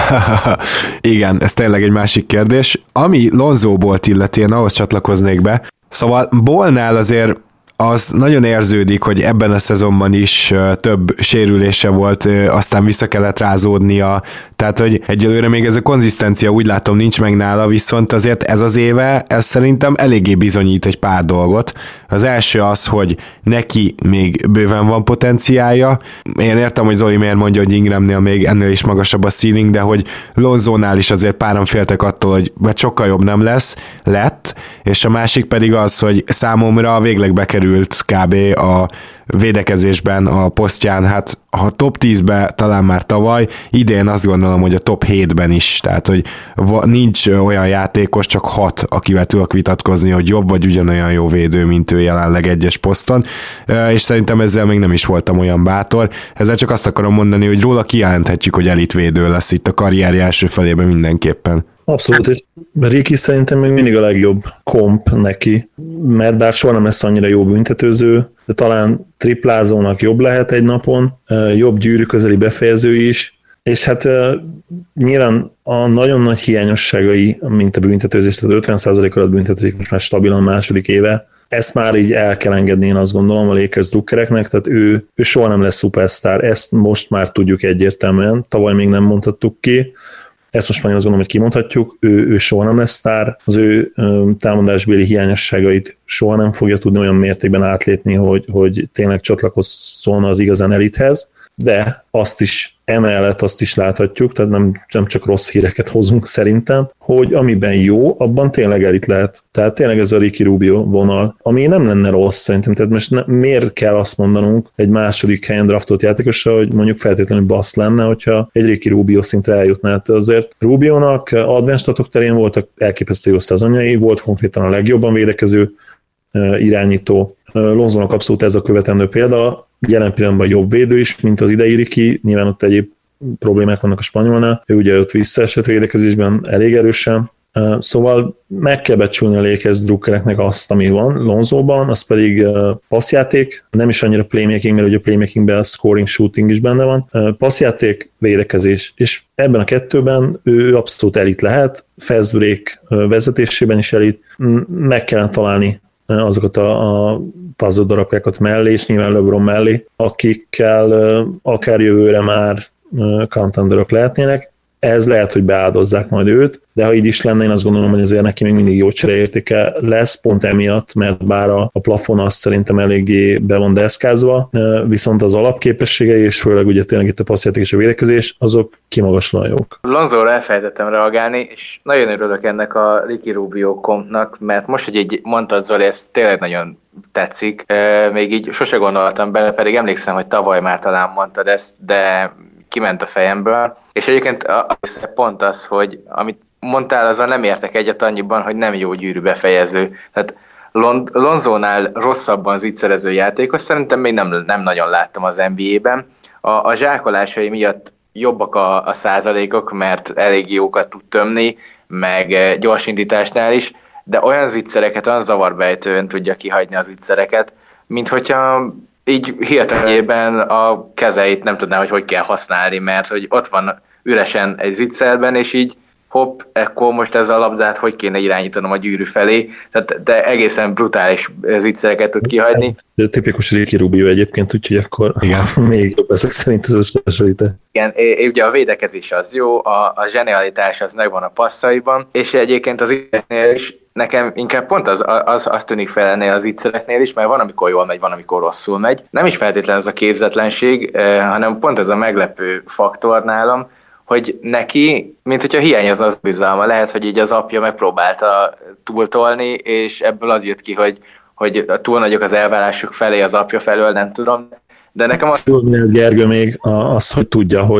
Igen, ez tényleg egy másik kérdés. Ami Lonzo Ballt illeti, én ahhoz csatlakoznék be. Szóval Ballnál azért az nagyon érződik, hogy ebben a szezonban is több sérülése volt, aztán vissza kellett rázódnia, tehát hogy egyelőre még ez a konzisztencia úgy látom nincs meg nála, viszont azért ez az éve, ez szerintem eléggé bizonyít egy pár dolgot. Az első az, hogy neki még bőven van potenciálja. Én értem, hogy Zoli miért mondja, hogy Ingramnél még ennél is magasabb a ceiling, de hogy Lonzónál is azért páran féltek attól, hogy sokkal jobb nem lesz, lett, és a másik pedig az, hogy számomra végleg bekerül kb. A védekezésben a posztján, hát ha top tízbe talán már tavaly, idén azt gondolom, hogy a top hétben is, tehát hogy nincs olyan játékos, csak hat, akivel tudok vitatkozni, hogy jobb vagy ugyanolyan jó védő, mint ő jelenleg egyes poszton, és szerintem ezzel még nem is voltam olyan bátor. Ezzel csak azt akarom mondani, hogy róla kijelenthetjük, hogy elitvédő lesz itt a karrierje első felében mindenképpen. Abszolút, és Ricky szerintem még mindig a legjobb komp neki, mert bár soha nem lesz annyira jó büntetőző, de talán triplázónak jobb lehet egy napon, jobb gyűrű közeli befejező is, és hát nyilván a nagyon nagy hiányosságai, mint a büntetőzés, tehát ötven százalék alatt büntetőzik most már stabilan második éve, ezt már így el kell engedni, én azt gondolom a Lakers drukkereknek, tehát ő, ő soha nem lesz szupersztár, ezt most már tudjuk egyértelműen, tavaly még nem mondhattuk ki, ezt most már én azt gondolom, hogy kimondhatjuk, ő, ő soha nem lesz sztár, az ő támadásbéli hiányosságait soha nem fogja tudni olyan mértékben átlépni, hogy, hogy tényleg csatlakozzon az igazán elithez, de azt is emellett azt is láthatjuk, tehát nem, nem csak rossz híreket hozunk szerintem, hogy amiben jó, abban tényleg elit lehet. Tehát tényleg ez a Ricky Rubio vonal, ami nem lenne rossz szerintem, tehát most ne, miért kell azt mondanunk egy második helyen draftolt játékosra, hogy mondjuk feltétlenül bassz lenne, hogyha egy Ricky Rubio szintre eljutná. Hát azért Rubionak advanced statok terén voltak elképesztő jó szezonjai, volt konkrétan a legjobban védekező irányító. Lonzónak abszolút ez a követendő példa, jelen pillanatban jobb védő is, mint az idei Ricky, nyilván ott egyéb problémák vannak a spanyolnál, ő ugye ott visszaesett védekezésben elég erősen, szóval meg kell becsülni a Lakers drukkereknek azt, ami van Lonzóban, az pedig passzjáték, nem is annyira playmaking, mert ugye a playmakingben a scoring, shooting is benne van, passzjáték, védekezés, és ebben a kettőben ő abszolút elit lehet, fast break vezetésében is elit, meg kellene találni azokat a, a puzzle darabkákat mellé, és nyilván LeBron mellé, akikkel akár jövőre már contenderok lehetnének. Ez lehet, hogy beáldozzák majd őt, de ha így is lenne, én azt gondolom, hogy azért neki még mindig jó csereértéke lesz, pont emiatt, mert bár a, a plafon az szerintem eléggé be van deszkázva, viszont az alapképességei, és főleg ugye tényleg itt a passzjáték és a védekezés, azok kimagaslóan jók. Lonzóra elfelejtettem reagálni, és nagyon örülök ennek a Ricky Rubio kompnak, mert most, hogy így mondtad, Zoli, ez tényleg nagyon tetszik. Még így sose gondoltam bele, pedig emlékszem, hogy tavaly már talán mondtad ezt, de kiment a fejemből. És egyébként pont az, hogy amit mondtál, azon nem értek egyet annyiban, hogy nem jó gyűrű befejező. Tehát Lon- Lonzónál rosszabban zicserező játékos szerintem még nem, nem nagyon láttam az en bé á-ben. A, a zsákolásai miatt jobbak a, a százalékok, mert elég jókat tud tömni, meg gyorsindításnál is, de olyan zicsereket, olyan zavarbejtően tudja kihagyni az zicsereket, mint hogyha így hirtelenjében a kezeit nem tudná, hogy hogy kell használni, mert hogy ott van üresen egy zicserben, és így hopp, ekkor most ez a labdát hogy kéne irányítanom a gyűrű felé, tehát de egészen brutális zicsereket tud kihagyni. De tipikus Ricky Rubio egyébként, úgyhogy akkor igen. Még jobb ezek szerint az összehasonlítás. Igen, ugye a védekezés az jó, a, a zsenialitás az megvan a passzaiban, és egyébként az zicsereknél is nekem inkább pont az, az, az tűnik fel ennél az zicsereknél is, mert van, amikor jól megy, van, amikor rosszul megy. Nem is feltétlen ez a képzetlenség, hanem pont ez a meglepő faktor nálam, hogy neki, mint hogyha hiányozna az bizalma, lehet, hogy így az apja megpróbálta túltolni, és ebből az jött ki, hogy, hogy túl nagyok az elvárások felé az apja felől, nem tudom, de nekem az... Tudnél, Gergő, még az, hogy tudja, hogy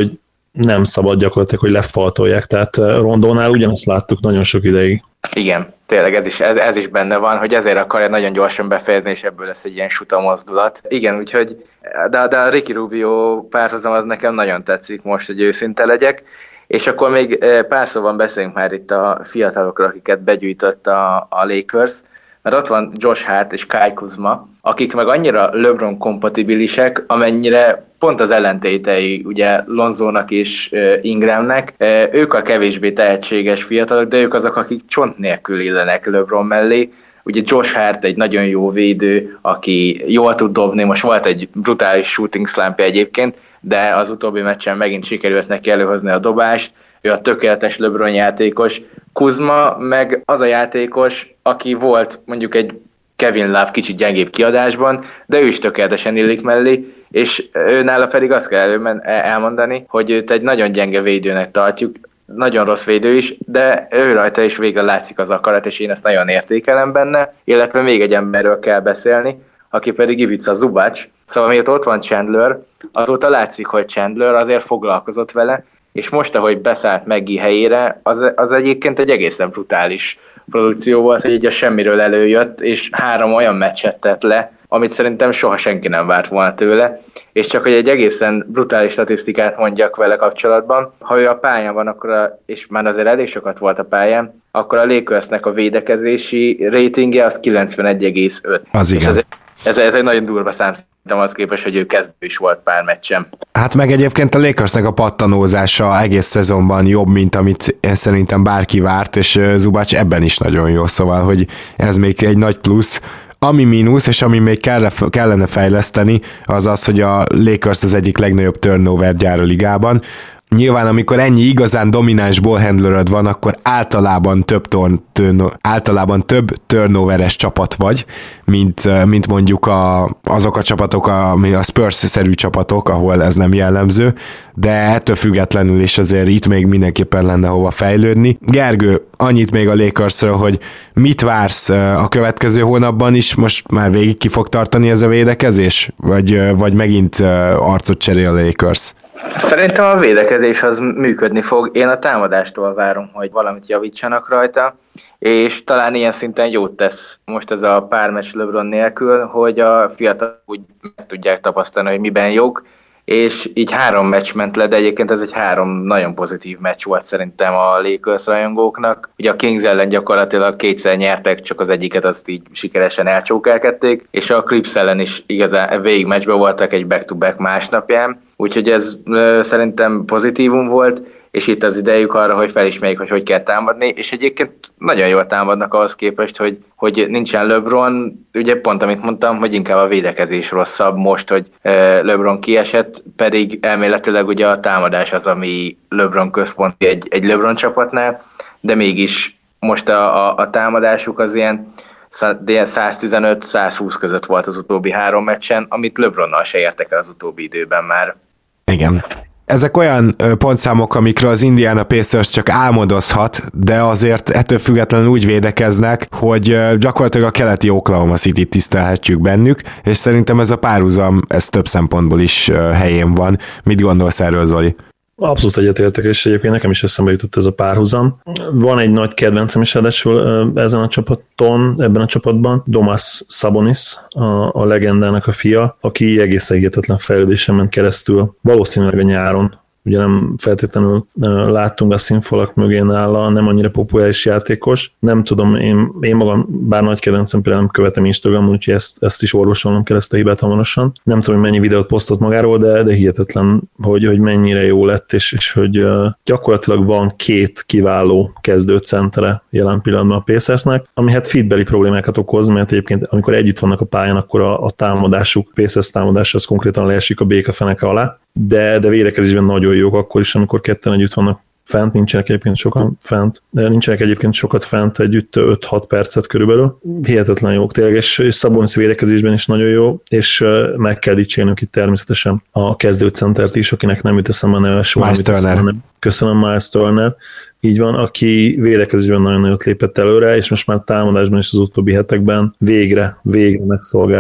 nem szabad gyakorlatilag, hogy lefaltolják, tehát Rondónál ugyanezt láttuk nagyon sok ideig. Igen, tényleg ez is, ez, ez is benne van, hogy ezért akarja nagyon gyorsan befejezni, és ebből lesz egy ilyen suta mozdulat. Igen, úgyhogy, de, de a Ricky Rubio párhuzam az nekem nagyon tetszik most, hogy őszinte legyek. És akkor még pár szóban beszélünk már itt a fiatalokról, akiket begyűjtött a, a Lakers, mert ott van Josh Hart és Kyle Kuzma, akik meg annyira LeBron kompatibilisek, amennyire pont az ellentétei, ugye Lonzónak és Ingramnek, ők a kevésbé tehetséges fiatalok, de ők azok, akik csont nélkül illenek LeBron mellé. Ugye Josh Hart egy nagyon jó védő, aki jól tud dobni, most volt egy brutális shooting slumpja egyébként, de az utóbbi meccsen megint sikerült neki előhozni a dobást, ő a tökéletes LeBron játékos. Kuzma meg az a játékos, aki volt mondjuk egy Kevin Love kicsit gyengébb kiadásban, de ő is tökéletesen illik mellé, és őnála pedig azt kell elmondani, hogy őt egy nagyon gyenge védőnek tartjuk, nagyon rossz védő is, de ő rajta is végre látszik az akarat, és én ezt nagyon értékelem benne, illetve még egy emberről kell beszélni, aki pedig Ivica Zubac. Szóval miért ott van Chandler, azóta látszik, hogy Chandler azért foglalkozott vele, és most, ahogy beszállt Maggie helyére, az, az egyébként egy egészen brutális produkció volt, hogy így a semmiről előjött, és három olyan meccset tett le, amit szerintem soha senki nem várt volna tőle, és csak hogy egy egészen brutális statisztikát mondjak vele kapcsolatban, ha ő a pályán van, akkor a, és már azért elég sokat volt a pályán, akkor a Lakersnek a védekezési ratingje az kilencvenegy egész öt. Az igen. Ez, ez, ez egy nagyon durva szám, az képest, hogy ő kezdő is volt pár meccsen. Hát meg egyébként a Lakersnek a pattanózása egész szezonban jobb, mint amit szerintem bárki várt, és Zubac ebben is nagyon jó, szóval, hogy ez még egy nagy plusz. Ami mínusz, és ami még kellene fejleszteni, az az, hogy a Lakers az egyik legnagyobb turnover gyár a ligában. Nyilván, amikor ennyi igazán domináns ballhandleröd van, akkor általában több, torn, turn, általában több turnoveres csapat vagy, mint, mint mondjuk a, azok a csapatok, ami a Spurs-szerű csapatok, ahol ez nem jellemző, de ettől függetlenül is azért itt még mindenképpen lenne hova fejlődni. Gergő, annyit még a Lakersről, hogy mit vársz a következő hónapban is, most már végig ki fog tartani ez a védekezés, vagy, vagy megint arcot cserél a Lakers? Szerintem a védekezés az működni fog. Én a támadástól várom, hogy valamit javítsanak rajta, és talán ilyen szinten jót tesz most ez a pár meccs LeBron nélkül, hogy a fiatal úgy meg tudják tapasztalni, hogy miben jók, és így három meccs ment le, de egyébként ez egy három nagyon pozitív meccs volt szerintem a Lakers rajongóknak. Ugye a Kings ellen gyakorlatilag kétszer nyertek, csak az egyiket azt így sikeresen elcsókelkedték, és a Clips ellen is igazán végig meccsben voltak egy back-to-back másnapján, úgyhogy ez ö, szerintem pozitívum volt, és itt az idejük arra, hogy felismerjék, hogy hogy kell támadni, és egyébként nagyon jól támadnak ahhoz képest, hogy, hogy nincsen LeBron, ugye pont amit mondtam, hogy inkább a védekezés rosszabb most, hogy LeBron kiesett, pedig elméletileg ugye a támadás az, ami LeBron központi egy, egy LeBron csapatnál, de mégis most a, a, a támadásuk az ilyen száztizenöt százhúsz között volt az utóbbi három meccsen, amit LeBronnal se értek el az utóbbi időben már. Igen. Ezek olyan pontszámok, amikről az Indiana Pacers csak álmodozhat, de azért ettől függetlenül úgy védekeznek, hogy gyakorlatilag a keleti Oklahoma City-t tisztelhetjük bennük, és szerintem ez a párhuzam, ez több szempontból is helyén van. Mit gondolsz erről, Zoli? Abszolút egyetértek, és egyébként nekem is eszembe jutott ez a párhuzam. Van egy nagy kedvencem is ráadásul ezen a csapaton, ebben a csapatban, Domas Sabonis, a, a legendának a fia, aki egészen hihetetlen fejlődésen ment keresztül, valószínűleg a nyáron. Ugye nem feltétlenül láttunk a színfalak mögé nála, nem annyira populáris játékos. Nem tudom, én, én magam, bár nagy kedvencem, például nem követem Instagramon, úgyhogy ezt, ezt is orvosolnom kell, ezt a hibát hamarosan. Nem tudom, hogy mennyi videót posztolt magáról, de, de hihetetlen, hogy, hogy mennyire jó lett, és, és hogy gyakorlatilag van két kiváló kezdőcentere jelen pillanatban a Pacersnek, ami hát feedbeli problémákat okoz, mert egyébként amikor együtt vannak a pályán, akkor a, a támadásuk, Pacers támadása az konkrétan leesik a béka feneke alá, de, de védekezésben nagyon jók akkor is, amikor ketten együtt vannak fent, nincsenek egyébként sokan fent, de nincsenek egyébként sokat fent együtt öt-hat percet körülbelül. Hihetetlen jók tényleg, és, és Sabonis védekezésben is nagyon jó, és uh, meg kell dicsérnünk itt természetesen a kezdőcentert is, akinek nem jut eszembe a neve soha. Miles Turner. Köszönöm, Miles Turner. Így van, aki védekezésben nagyon nagyot lépett előre, és most már támadásban is az utóbbi hetekben végre, végre megszolgálja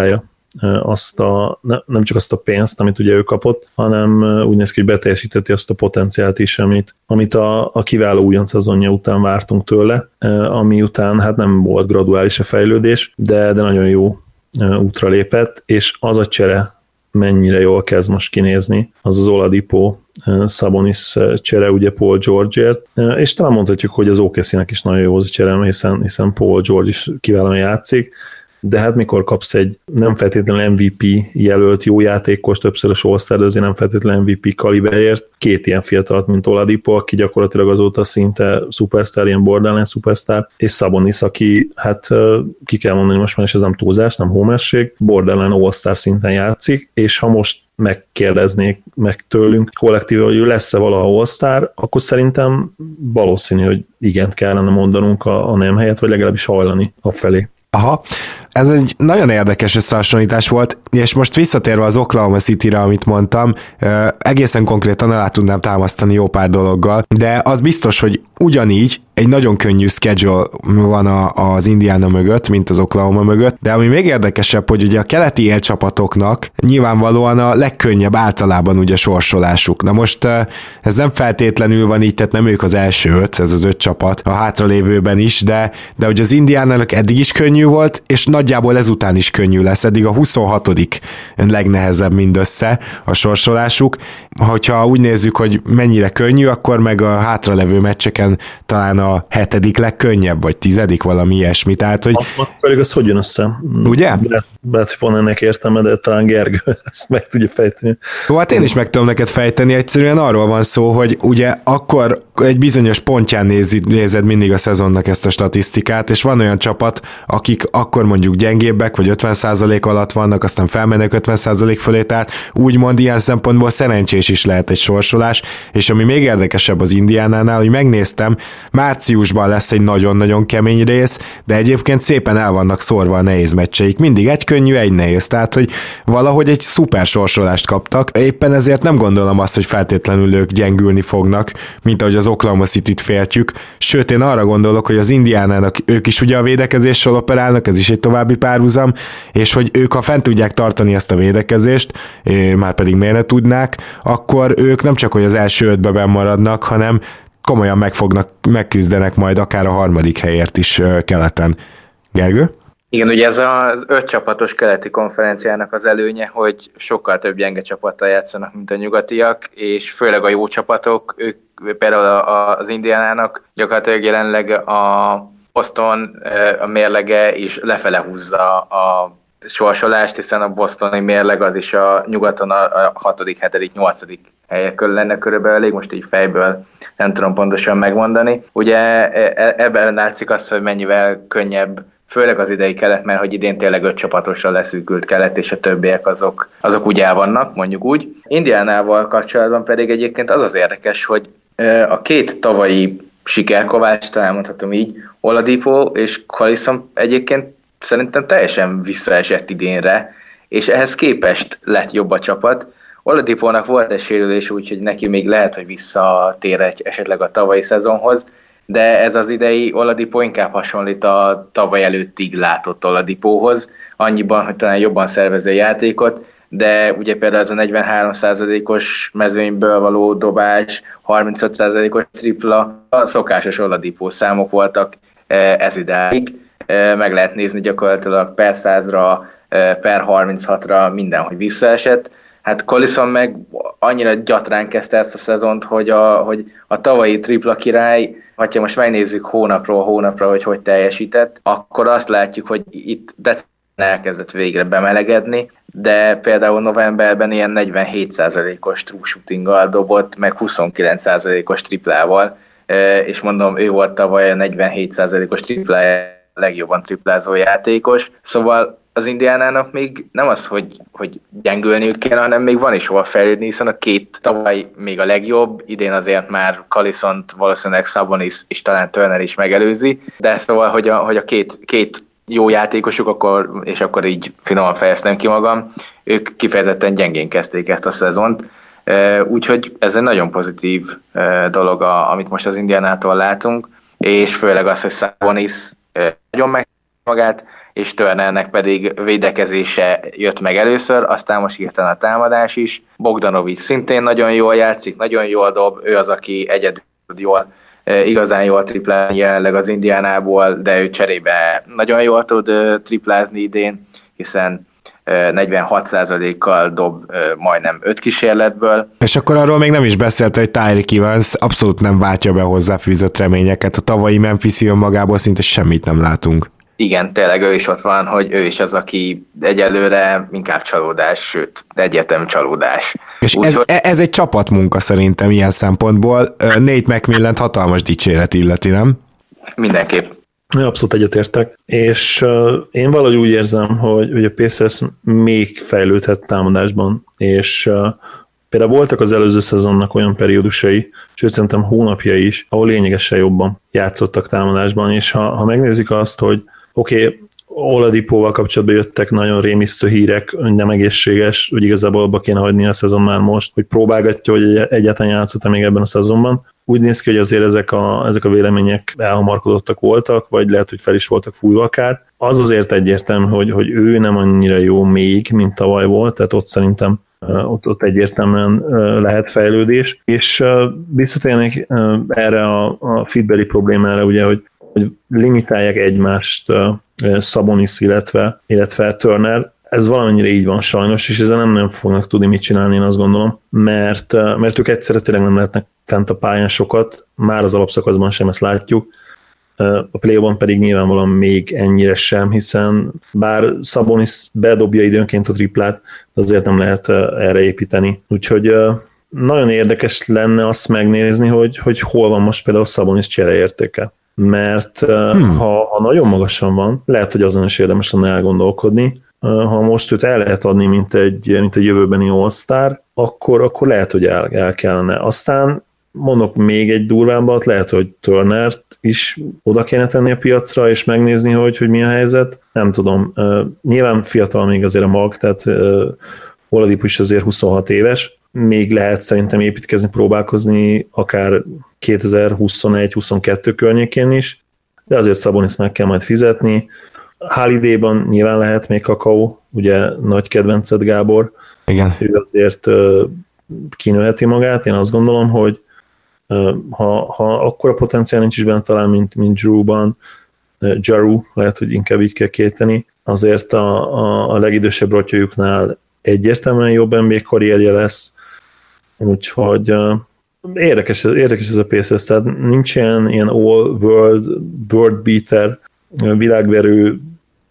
azt a, nem csak azt a pénzt, amit ugye ő kapott, hanem úgy néz ki, hogy beteljesíteti azt a potenciált is, amit, amit a, a kiváló újonc szezonja után vártunk tőle, ami után hát nem volt graduális a fejlődés, de, de nagyon jó útra lépett, és az a csere mennyire jól kezd most kinézni, az az Oladipo Sabonis csere, ugye Paul George-ért, és talán mondhatjuk, hogy az o ká cé-nek is nagyon jó az a csere, hiszen, hiszen Paul George is kiválóan játszik, de hát mikor kapsz egy nem feltétlenül em vé pé jelölt jó játékos, többszörös All-Star, de azért nem feltétlenül em vé pé kaliberért, két ilyen fiatalt, mint Oladipo, aki gyakorlatilag azóta szinte superstar, ilyen borderline superstar, és Sabonis, aki hát ki kell mondani most már, és ez nem túlzás, nem hómesség, borderline All-Star szinten játszik, és ha most megkérdeznék meg tőlünk kollektíve, hogy lesz-e valaha All-Star, akkor szerintem valószínű, hogy igent kellene mondanunk a, a nem helyet, vagy legalábbis hajlani afelé. Aha, ez egy nagyon érdekes összehasonlítás volt, és most visszatérve az Oklahoma City-re, amit mondtam, egészen konkrétan alá tudnám támasztani jó pár dologgal, de az biztos, hogy ugyanígy egy nagyon könnyű schedule van a, az Indiana mögött, mint az Oklahoma mögött, de ami még érdekesebb, hogy ugye a keleti élcsapatoknak nyilvánvalóan a legkönnyebb általában ugye sorsolásuk. Na most ez nem feltétlenül van így, tehát nem ők az első öt, ez az öt csapat a hátralévőben is, de, de hogy az Indiánának eddig is könnyű volt, és nagyjából ezután is könnyű lesz, eddig a huszonhatodik legnehezebb mindössze a sorsolásuk. Hogyha úgy nézzük, hogy mennyire könnyű, akkor meg a hátralevő meccseken talán a hetedik legkönnyebb, vagy tizedik, valami ilyesmi. Tehát, hogy... Akkor az hogy jön össze? Ugye? Lehet, hogy van ennek értelme, de talán Gergő ezt meg tudja fejteni. Jó, hát én is meg tudom neked fejteni, egyszerűen arról van szó, hogy ugye akkor egy bizonyos pontján nézed, nézed mindig a szezonnak ezt a statisztikát, és van olyan csapat, akik akkor mondjuk gyengébbek, vagy ötven százalék alatt vannak, aztán felmennek ötven százalék fölé, tehát úgymond ilyen szempontból szerencsés is lehet egy sorsolás, és ami még érdekesebb az Indiánánál, hogy megnéztem, márciusban lesz egy nagyon-nagyon kemény rész, de egyébként szépen el vannak szórva a nehéz meccseik, mindig egy könnyű, egy nehéz, tehát hogy valahogy egy szuper sorsolást kaptak, éppen ezért nem gondolom azt, hogy feltétlenül ők gyengülni fognak, mint ahogy az Oklahoma City-t féltjük, sőt én arra gondolok, hogy az Indiánának ők is ugye a védekezéssel operálnak, ez is egy további párhuzam, és hogy ők ha fent tudják tartani ezt a védekezést, már pedig miért ne tudnák, akkor ők nem csak hogy az első ötbe benn maradnak, hanem komolyan megfognak, megküzdenek majd akár a harmadik helyért is keleten. Gergő? Igen, ugye ez az öt csapatos keleti konferenciának az előnye, hogy sokkal több gyenge csapattal játszanak, mint a nyugatiak, és főleg a jó csapatok, ők például az Indiánának gyakorlatilag jelenleg a Boston a mérlege is lefele húzza a sorsolást, hiszen a bostoni mérleg az is a nyugaton a hatodik, hetedik, nyolcadik helyekön lenne körülbelül elég, most így fejből nem tudom pontosan megmondani. Ugye ebben látszik az, hogy mennyivel könnyebb, főleg az idei kelet, mert hogy idén tényleg öt csapatosra leszűkült kelet, és a többiek azok, azok úgy el vannak, mondjuk úgy. Indiánával kapcsolatban pedig egyébként az az érdekes, hogy a két tavalyi sikerkovács, talán mondhatom így, Oladipo és Collison egyébként szerintem teljesen visszaesett idénre, és ehhez képest lett jobb a csapat. Oladipónak volt egy sérülés, úgyhogy neki még lehet, hogy visszatér egy, esetleg a tavalyi szezonhoz, de ez az idei Oladipo inkább hasonlít a tavaly előttig látott Oladipóhoz, annyiban, hogy talán jobban szervezi a játékot, de ugye például ez a negyvenhárom százalékos mezőnyből való dobás, harmincöt százalékos tripla, a szokásos Oladipo számok voltak ez idáig. Meg lehet nézni gyakorlatilag per százra, per harminchatra mindenhogy visszaesett. Hát Collison meg annyira gyatrán kezdte ezt a szezont, hogy a, hogy a tavalyi tripla király, ha most megnézzük hónapról hónapra, hogy hogy teljesített, akkor azt látjuk, hogy itt decemberben elkezdett végre bemelegedni, de például novemberben ilyen negyvenhét százalékos true shootinggal dobott, meg huszonkilenc százalékos triplával, és mondom, ő volt tavaly a negyvenhét százalékos triplája legjobban triplázó játékos, szóval az Indiánának még nem az, hogy, hogy gyengülniük kéne, hanem még van is hova fejlődni, hiszen a két tavaly még a legjobb, idén azért már Collisont valószínűleg Sabonis és talán Turner is megelőzi, de szóval, hogy a, hogy a két, két jó játékosuk, akkor, és akkor így finoman fejeztem ki magam, ők kifejezetten gyengén kezdték ezt a szezont, úgyhogy ez egy nagyon pozitív dolog, amit most az Indiánától látunk, és főleg az, hogy Sabonis nagyon meg magát, és Turnernek pedig védekezése jött meg először, aztán most hirtelen a támadás is. Bogdanović szintén nagyon jól játszik, nagyon jól dob, ő az, aki egyedül jól, igazán jól triplál jelenleg az Indiánából, de ő cserébe nagyon jól tud triplázni idén, hiszen negyvenhat százalékkal dob majdnem öt kísérletből. És akkor arról még nem is beszélt, hogy Tyreek Evans abszolút nem váltja be hozzáfűzött reményeket. A tavalyi Memphis önmagából szinte semmit nem látunk. Igen, tényleg ő is ott van, hogy ő is az, aki egyelőre inkább csalódás, sőt, egyértelmű csalódás. És Úgy, ez, hogy... ez egy csapatmunka szerintem ilyen szempontból. Nate McMillan hatalmas dicséret illeti, nem? Mindenképp. Abszolút egyetértek, és uh, én valahogy úgy érzem, hogy, hogy a Pacers még fejlődhet támadásban, és uh, például voltak az előző szezonnak olyan periódusai, sőt szerintem hónapjai is, ahol lényegesen jobban játszottak támadásban, és ha, ha megnézik azt, hogy oké, okay, Oladipóval kapcsolatban jöttek nagyon rémisztő hírek, nem egészséges, hogy igazából abba kéne hagyni a szezon már most, hogy próbálgatja, hogy egyáltalán játszott még ebben a szezonban. Úgy néz ki, hogy azért ezek a, ezek a vélemények elhamarkodottak voltak, vagy lehet, hogy fel is voltak fújva akár. Az azért egyértelmű, hogy, hogy ő nem annyira jó még, mint tavaly volt, tehát ott szerintem ott, ott egyértelműen lehet fejlődés. És visszatérnék erre a, a fitbeli problémára, ugye, hogy, hogy limitálják egymást Sabonis, illetve, illetve Turner. Ez valamennyire így van sajnos, és ezzel nem nagyon fognak tudni mit csinálni, én azt gondolom, mert, mert ők egyszerre tényleg nem lehetnek fent a pályán sokat, már az alapszakaszban sem ezt látjuk, a play-ban pedig nyilvánvalóan még ennyire sem, hiszen bár Sabonis bedobja időnként a triplát, azért nem lehet erre építeni. Úgyhogy nagyon érdekes lenne azt megnézni, hogy, hogy hol van most például Sabonis csereértéke. Mert hmm. ha, ha nagyon magasan van, lehet, hogy azon is érdemes lenne elgondolkodni. Ha most őt el lehet adni, mint egy, mint egy jövőbeni All-Star, akkor, akkor lehet, hogy el, el kellene. Aztán mondok még egy durvábbat, lehet, hogy Turnert is oda kéne tenni a piacra, és megnézni, hogy, hogy mi a helyzet. Nem tudom. Uh, nyilván fiatal még azért a mag, tehát uh, Oladipo is azért huszonhat éves. Még lehet szerintem építkezni, próbálkozni, akár kétezer-huszonegy huszonkettő környékén is, de azért Sabonisnak kell majd fizetni. Holiday-ban nyilván lehet még kakaó, ugye nagy kedvenced Gábor. Igen. Ő azért uh, kinőheti magát, én azt gondolom, hogy uh, ha, ha akkora potenciál nincs is benne talán, mint, mint Drew-ban, uh, Jaru, lehet, hogy inkább így kell kéteni, azért a, a, a legidősebb rotyójuknál egyértelműen jobb en bé á karrierje lesz, úgyhogy uh, érdekes, érdekes ez a Pacers, tehát nincs ilyen, ilyen all-world, world beater, világverő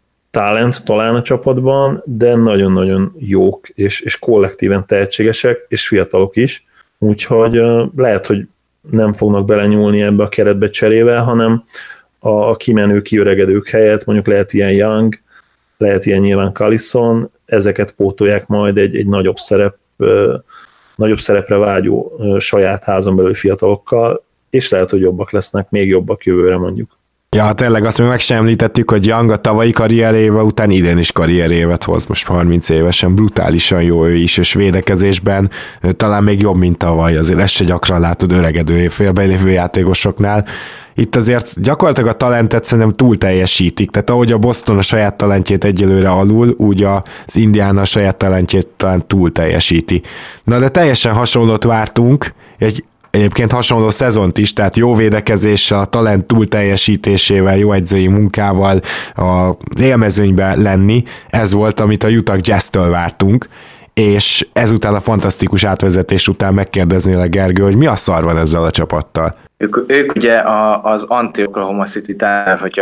talent talán a csapatban, de nagyon-nagyon jók, és, és kollektíven tehetségesek, és fiatalok is, úgyhogy uh, lehet, hogy nem fognak belenyúlni ebbe a keretbe cserével, hanem a, a kimenő, kiöregedők helyett mondjuk lehet ilyen Young, lehet ilyen nyilván Collison, ezeket pótolják majd egy, egy nagyobb szerep, uh, nagyobb szerepre vágyó uh, saját házon belül fiatalokkal, és lehet, hogy jobbak lesznek, még jobbak jövőre mondjuk. Ja, tényleg azt még meg sem említettük, hogy Young a tavalyi karrieréve után idén is karrierévet hoz, most harminc évesen, brutálisan jó ő is, és védekezésben talán még jobb, mint tavaly, azért ezt se gyakran látod öregedő félbelévő játékosoknál. Itt azért gyakorlatilag a talentet szerintem túl teljesítik, tehát ahogy a Boston a saját talentjét egyelőre alul, úgy az Indiana a saját talentjét talán túl teljesíti. Na de teljesen hasonlót vártunk, egy egyébként hasonló szezont is, tehát jó védekezéssel, a talent túl teljesítésével, jó edzői munkával az élmezőnyben lenni, ez volt, amit a Utah Jazz-től vártunk, és ezután a fantasztikus átvezetés után megkérdeznélek, Gergő, hogy mi a szar van ezzel a csapattal? Ők, ők ugye a, az anti-Oklahoma City Thunder, hogyha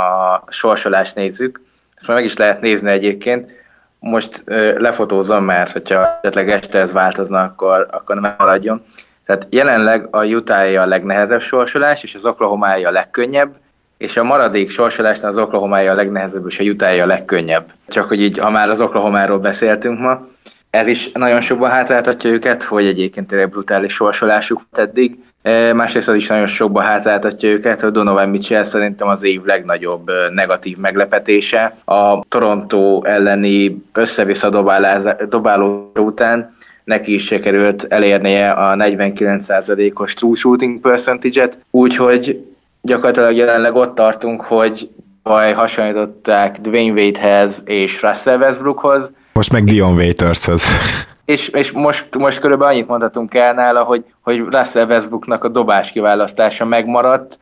a sorsolást nézzük, ezt már meg is lehet nézni egyébként, most ö, lefotózom, mert hogyha esetleg este ez változna, akkor, akkor nem maradjon. Tehát jelenleg a Utah a legnehezebb sorsolás, és az Oklahoma a legkönnyebb, és a maradék sorsolásnál az Oklahoma a legnehezebb, és a Utah a legkönnyebb. Csak hogy így, ha már az Oklahomáról beszéltünk ma, ez is nagyon sokban hátráltatja őket, hogy egyébként tényleg brutális sorsolásuk eddig. Másrészt az is nagyon sokban hátráltatja őket, hogy Donovan Mitchell szerintem az év legnagyobb negatív meglepetése. A Toronto elleni össze-vissza dobáló után neki is sikerült elérnie a negyvenkilenc százalékos true shooting percentage-et, úgyhogy gyakorlatilag jelenleg ott tartunk, hogy vagy hasonlították Dwayne Wadehez és Russell Westbrookhoz. Most meg Dion Waitershöz. És, és most, most körülbelül annyit mondhatunk el nála, hogy, hogy Russell Westbrooknak a dobás kiválasztása megmaradt,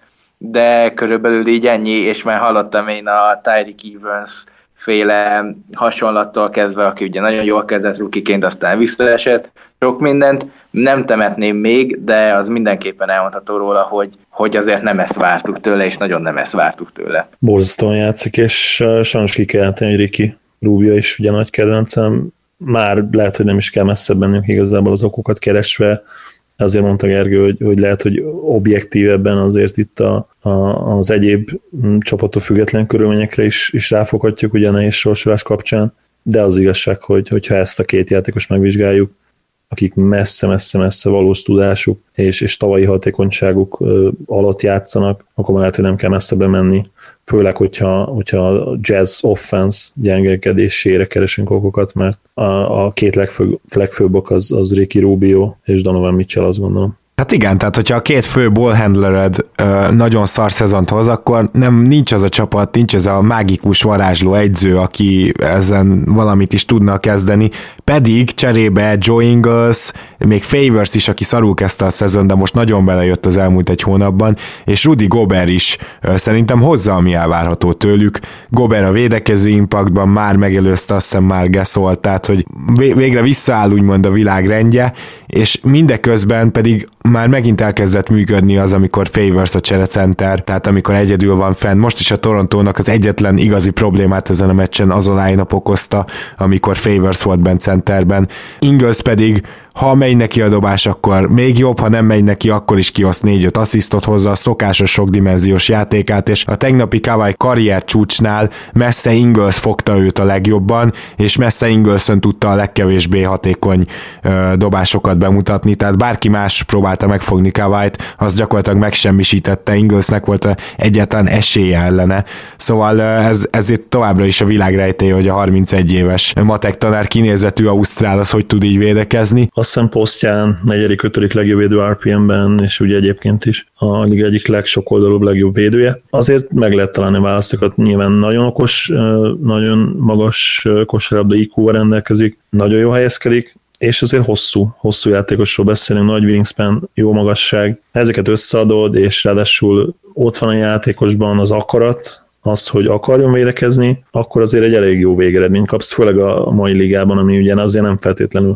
de körülbelül így ennyi, és már hallottam én a Tyreek Evans féle hasonlattól kezdve, aki ugye nagyon jól kezdett rukiként, aztán visszaesett, sok mindent nem temetném még, de az mindenképpen elmondható róla, hogy, hogy azért nem ezt vártuk tőle, és nagyon nem ezt vártuk tőle. Borzasztóan játszik, és uh, sajnos ki kell jelenteni, hogy Ricky Rubio is ugye nagy kedvencem, már lehet, hogy nem is kell messzebb mennünk igazából az okokat keresve, azért mondta Gergő, hogy, hogy lehet, hogy objektívebben azért itt a, a, az egyéb csapattól független körülményekre is, is ráfoghatjuk, ugye a nehéz sorsolás kapcsán, de az igazság, hogy, hogyha ezt a két játékos megvizsgáljuk, akik messze-messze-messze valós tudásuk és, és tavalyi hatékonyságuk alatt játszanak, akkor lehet, hogy nem kell messzebbre menni, főleg, hogyha, hogyha a Jazz offense gyengelkedésére keresünk okokat, mert a, a két legfőbb, legfőbb ok az, az Ricky Rubio és Donovan Mitchell, azt gondolom. Hát igen, tehát hogyha a két fő ballhandlered nagyon szar szezont hoz, akkor nem nincs az a csapat, nincs ez a mágikus varázsló egyző, aki ezen valamit is tudna kezdeni, pedig cserébe Joe Ingles, még Favors is, aki szarul kezdte a szezon, de most nagyon belejött az elmúlt egy hónapban, és Rudy Gobert is szerintem hozza, ami elvárható tőlük. Gobert a védekező impaktban már megelőzte, azt hiszem már Gasol, tehát hogy végre visszaáll úgymond a világrendje, és mindeközben pedig már megint elkezdett működni az, amikor Favors a cserecenter, tehát amikor egyedül van fenn. Most is a Torontónak az egyetlen igazi problémát ezen a meccsen az a line-up okozta, amikor Favors volt bent centerben. Ingles pedig, ha megy neki a dobás, akkor még jobb, ha nem megy neki, akkor is kioszt négy-öt asszisztot hozza a szokásos sokdimenziós játékát, és a tegnapi Kawhi karrier csúcsnál messze Ingles fogta őt a legjobban, és messze Inglesen tudta a legkevésbé hatékony ö, dobásokat bemutatni, tehát bárki más próbálta megfogni Kawhit, az gyakorlatilag megsemmisítette, Inglesnek volt a egyáltalán esélye ellene. Szóval ö, ez, ez itt továbbra is a világrejtély, hogy a harmincegy éves matek tanár kinézetű ausztrál az hogy tud így védekezni. Azt hiszem posztján negyedik, ötödik legjobb védő er pé em-ben, és ugye egyébként is a liga egyik legsokoldalúbb legjobb védője. Azért meg lehet találni válaszokat, nyilván nagyon okos, nagyon magas kosárlabda í kúval rendelkezik, nagyon jó helyezkedik, és azért hosszú, hosszú játékosról beszélünk, nagy wingspan, jó magasság. Ezeket összeadod, és ráadásul ott van a játékosban az akarat, az, hogy akarjon védekezni, akkor azért egy elég jó végeredményt kapsz, főleg a mai ligában, ami ugye azért nem feltétlenül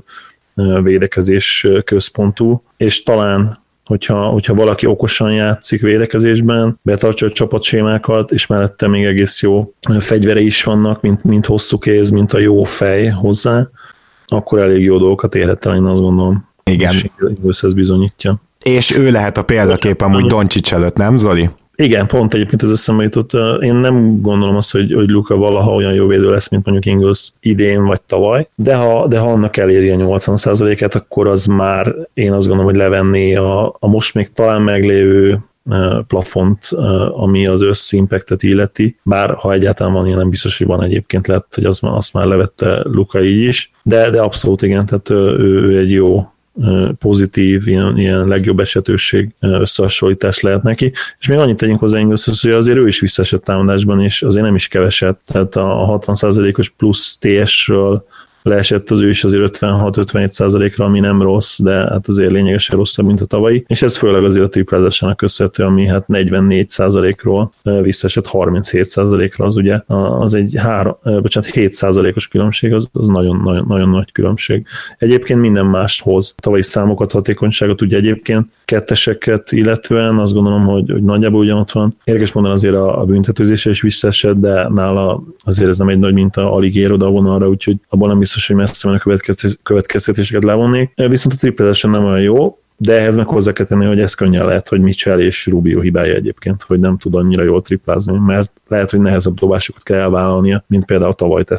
védekezés központú, és talán, hogyha, hogyha valaki okosan játszik védekezésben, betartsa a csapatsémákat, és mellette még egész jó fegyvere is vannak, mint, mint hosszú kéz, mint a jó fej hozzá, akkor elég jó dolgokat érhet el, én azt gondolom. Igen. És ez bizonyítja. És ő lehet a példakép amúgy Doncsics előtt, nem Zoli? Igen, pont egyébként ez eszembe jutott. Én nem gondolom azt, hogy, hogy Luka valaha olyan jó védő lesz, mint mondjuk Ingles idén vagy tavaly, de ha, de ha annak eléri a nyolcvan százalékát, akkor az már én azt gondolom, hogy levenné a, a most még talán meglévő plafont, ami az összimpactet illeti, bár ha egyáltalán van ilyen, nem biztos, hogy van egyébként, lehet, hogy az, azt már levette Luka így is, de, de abszolút igen, tehát ő, ő egy jó pozitív, ilyen, ilyen legjobb esetőség összehasonlítás lehet neki, és még annyit tegyünk hozzá Ingleshoz, hogy azért ő is visszaesett támadásban, és azért nem is keveset, tehát a hatvan százalékos plusz té es-ről leesett az ő is azért ötvenhat-ötvenegy százalékra, ami nem rossz, de hát azért lényegesen rosszabb, mint a tavalyi, és ez főleg azért a triplázásának köszönhető, ami hát negyvennégy százalékról visszaesett harminchét százalékra, az ugye az egy három, bocsánat, hét százalékos különbség, az, az nagyon, nagyon, nagyon nagy különbség. Egyébként minden mást hoz. Tavalyi számokat, hatékonyságot ugye egyébként ketteseket illetően azt gondolom, hogy, hogy nagyjából ugyanott van. Érdekes mondani azért a, a büntetőzése is visszaesett, de nála azért ez nem egy nagy minta, alig ér oda a vonalra, úgyhogy abban nem biztos, hogy messze menő következtetéseket levonnék. Viszont a triplázáson nem olyan jó, de ehhez meg hozzá kell tenni, hogy ez könnyen lehet, hogy Mitchell és Rubio hibája egyébként, hogy nem tud annyira jól triplázni, mert lehet, hogy nehezebb dobásokat kell elvállalnia, mint például tavaly tette.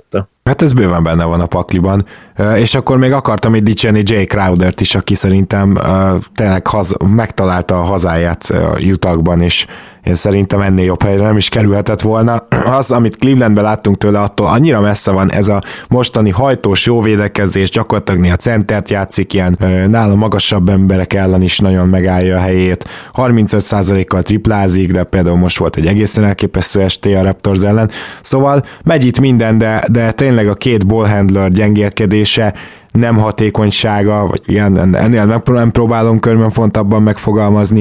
Hát ez bőven benne van a pakliban, és akkor még akartam itt dicsérni Jay Crowdert is, aki szerintem tényleg haz- megtalálta a hazáját a Utahban, és én szerintem ennél jobb helyre nem is kerülhetett volna. Az, amit Clevelandben láttunk tőle, attól annyira messze van ez a mostani hajtós jó védekezés, gyakorlatilag néha centert játszik, ilyen nála magasabb emberek ellen is nagyon megállja a helyét, harmincöt százalékkal triplázik, de például most volt egy egészen elképesztő esté a Raptors ellen, szóval megy itt minden, de, de tényleg a két ballhandler gyengélkedése, nem hatékonysága, vagy igen, ennél nem, nem próbálom körben fontabban megfogalmazni,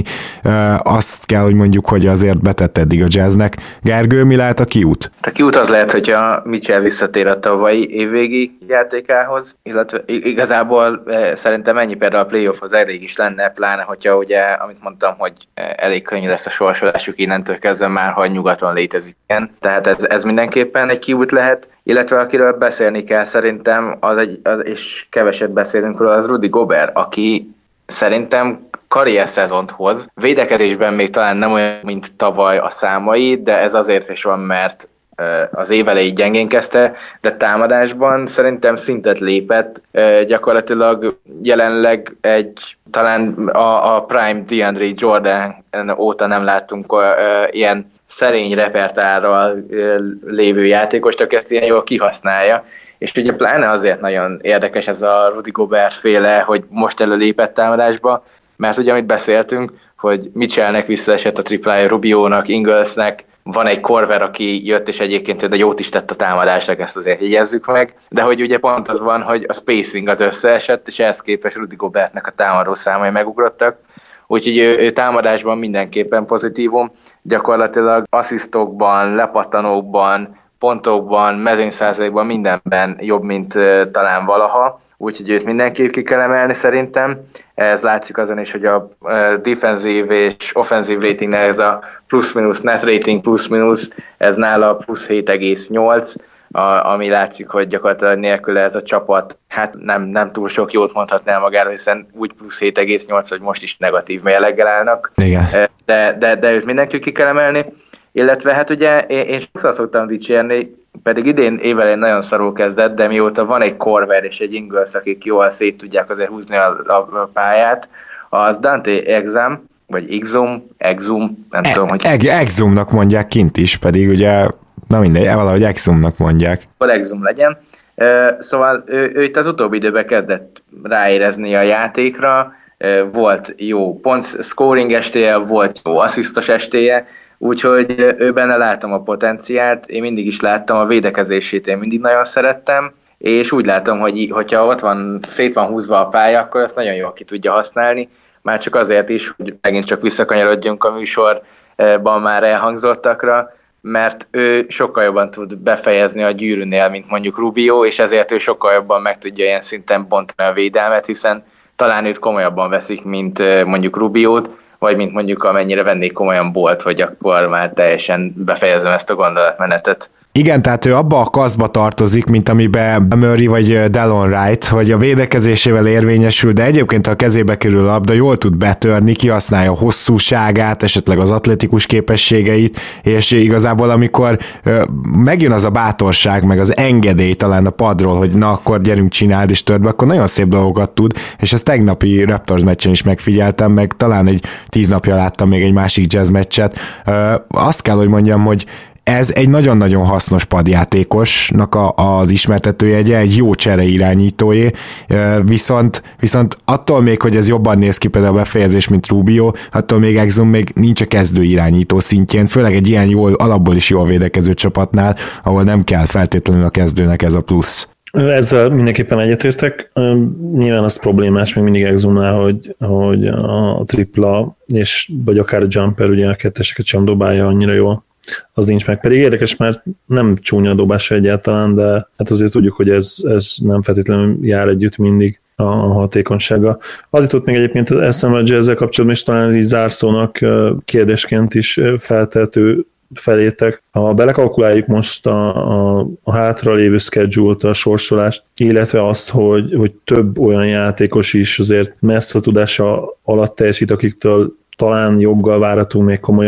azt kell, hogy mondjuk, hogy azért betett eddig a Jazznek. Gergő, mi lehet a kiút? A kiút az lehet, hogyha Mitchell visszatér a tavalyi évvégi játékához, illetve igazából szerintem ennyi például a playoffhoz elég is lenne, pláne, hogyha ugye, amit mondtam, hogy elég könnyű lesz a sorsolásuk innentől kezdve már, ha nyugaton létezik. Igen. Tehát ez, ez mindenképpen egy kiút lehet, illetve akiről beszélni kell szerintem, az egy, az, és keveset beszélünk róla, az Rudy Gobert, aki szerintem karrier szezont hoz. Védekezésben még talán nem olyan, mint tavaly a számai, de ez azért is van, mert az év elején gyengén kezdte, de támadásban szerintem szintet lépett. Gyakorlatilag jelenleg egy, talán a, a Prime DeAndre Jordan óta nem láttunk ilyen szerény repertárral lévő játékost, aki ezt ilyen jól kihasználja. És ugye pláne azért nagyon érdekes ez a Rudy Gobert féle, hogy most előlépett támadásba, mert ugye amit beszéltünk, hogy Mitchellnek visszaesett a triplája, Rubionak, Inglesnek, van egy Korver, aki jött, és egyébként de jót is tett a támadásnak, ezt azért jegyezzük meg, de hogy ugye pont az van, hogy a spacing az összeesett, és ehhez képest Rudy Gobertnek a támadó számai megugrottak, úgyhogy ő, ő támadásban mindenképpen pozitívum, gyakorlatilag asszisztokban, lepattanókban, pontokban, mezőnyszázalékban, mindenben jobb, mint uh, talán valaha, úgyhogy őt mindenképp ki kell emelni szerintem. Ez látszik azon is, hogy a uh, defensív és offenzív ratingnél ez a plusz-minusz, net rating plusz-minusz, ez nála plusz hét egész nyolc, a, ami látszik, hogy gyakorlatilag nélküle ez a csapat, hát nem, nem túl sok jót mondhatnál magára, hiszen úgy plusz hét egész nyolc, hogy most is negatív mérleggel állnak. Igen. De, de, de őt mindenki ki kell emelni. Illetve hát ugye én, én sokszor szoktam dicsérni, pedig idén évelején nagyon szarul kezdett, de mióta van egy Korver és egy Ingles, akik jól szét tudják azért húzni a, a, a pályát, az Dante Exum, vagy Exum, Exum, nem e- tudom, hogy... Eg- Exumnak mondják kint is, pedig ugye, na mindegy, valahogy Exumnak mondják. Exum legyen. Szóval ő, ő itt az utóbbi időben kezdett ráérezni a játékra, volt jó pont scoring estéje, volt jó asszisztos estéje, úgyhogy ő benne látom a potenciált, én mindig is láttam a védekezését, én mindig nagyon szerettem, és úgy látom, hogy hogyha ott van, szét van húzva a pálya, akkor azt nagyon jól ki tudja használni, már csak azért is, hogy megint csak visszakanyarodjunk a műsorban már elhangzottakra, mert ő sokkal jobban tud befejezni a gyűrűnél, mint mondjuk Rubio, és ezért ő sokkal jobban meg tudja ilyen szinten bontani a védelmet, hiszen talán őt komolyabban veszik, mint mondjuk Rubiót, vagy mint mondjuk amennyire vennék komolyan Bolt, hogy akkor már teljesen befejezem ezt a gondolatmenetet. Igen, tehát ő abba a kasztba tartozik, mint amiben Murray vagy Delon Wright, hogy a védekezésével érvényesül, de egyébként ha a kezébe kerül a labda, jól tud betörni, kihasználja a hosszúságát, esetleg az atletikus képességeit, és igazából amikor megjön az a bátorság, meg az engedély talán a padról, hogy na akkor gyerünk csináld és tört be, akkor nagyon szép dolgokat tud, és ezt tegnapi Raptors meccsen is megfigyeltem, meg talán egy tíz napja láttam még egy másik Jazz meccset. Azt kell, hogy mondjam, hogy ez egy nagyon-nagyon hasznos padjátékosnak a, az ismertetőjegye, egy jó csere irányítóé, viszont, viszont attól még, hogy ez jobban néz ki például a befejezés, mint Rubio, attól még Exum még nincs a kezdő irányító szintjén, főleg egy ilyen jól, alapból is jól védekező csapatnál, ahol nem kell feltétlenül a kezdőnek ez a plusz. Ezzel mindenképpen egyetértek. Nyilván az problémás még mindig Exumnál, hogy, hogy a tripla, és vagy akár a jumper, ugye a ketteseket sem dobálja annyira jól. Az nincs meg. Pedig érdekes, mert nem csúnya a dobása egyáltalán, de hát azért tudjuk, hogy ez, ez nem feltétlenül jár együtt mindig a hatékonysága. Az jutott még egyébként eszembe a Jazz-zel kapcsolatban, és talán ez így zárszónak kérdésként is feltehető felétek. Ha belekalkuláljuk most a, a, a hátralévő schedule-t, a sorsolást, illetve azt, hogy, hogy több olyan játékos is azért messze tudása alatt teljesít, akiktől talán joggal várhatunk még komolyabb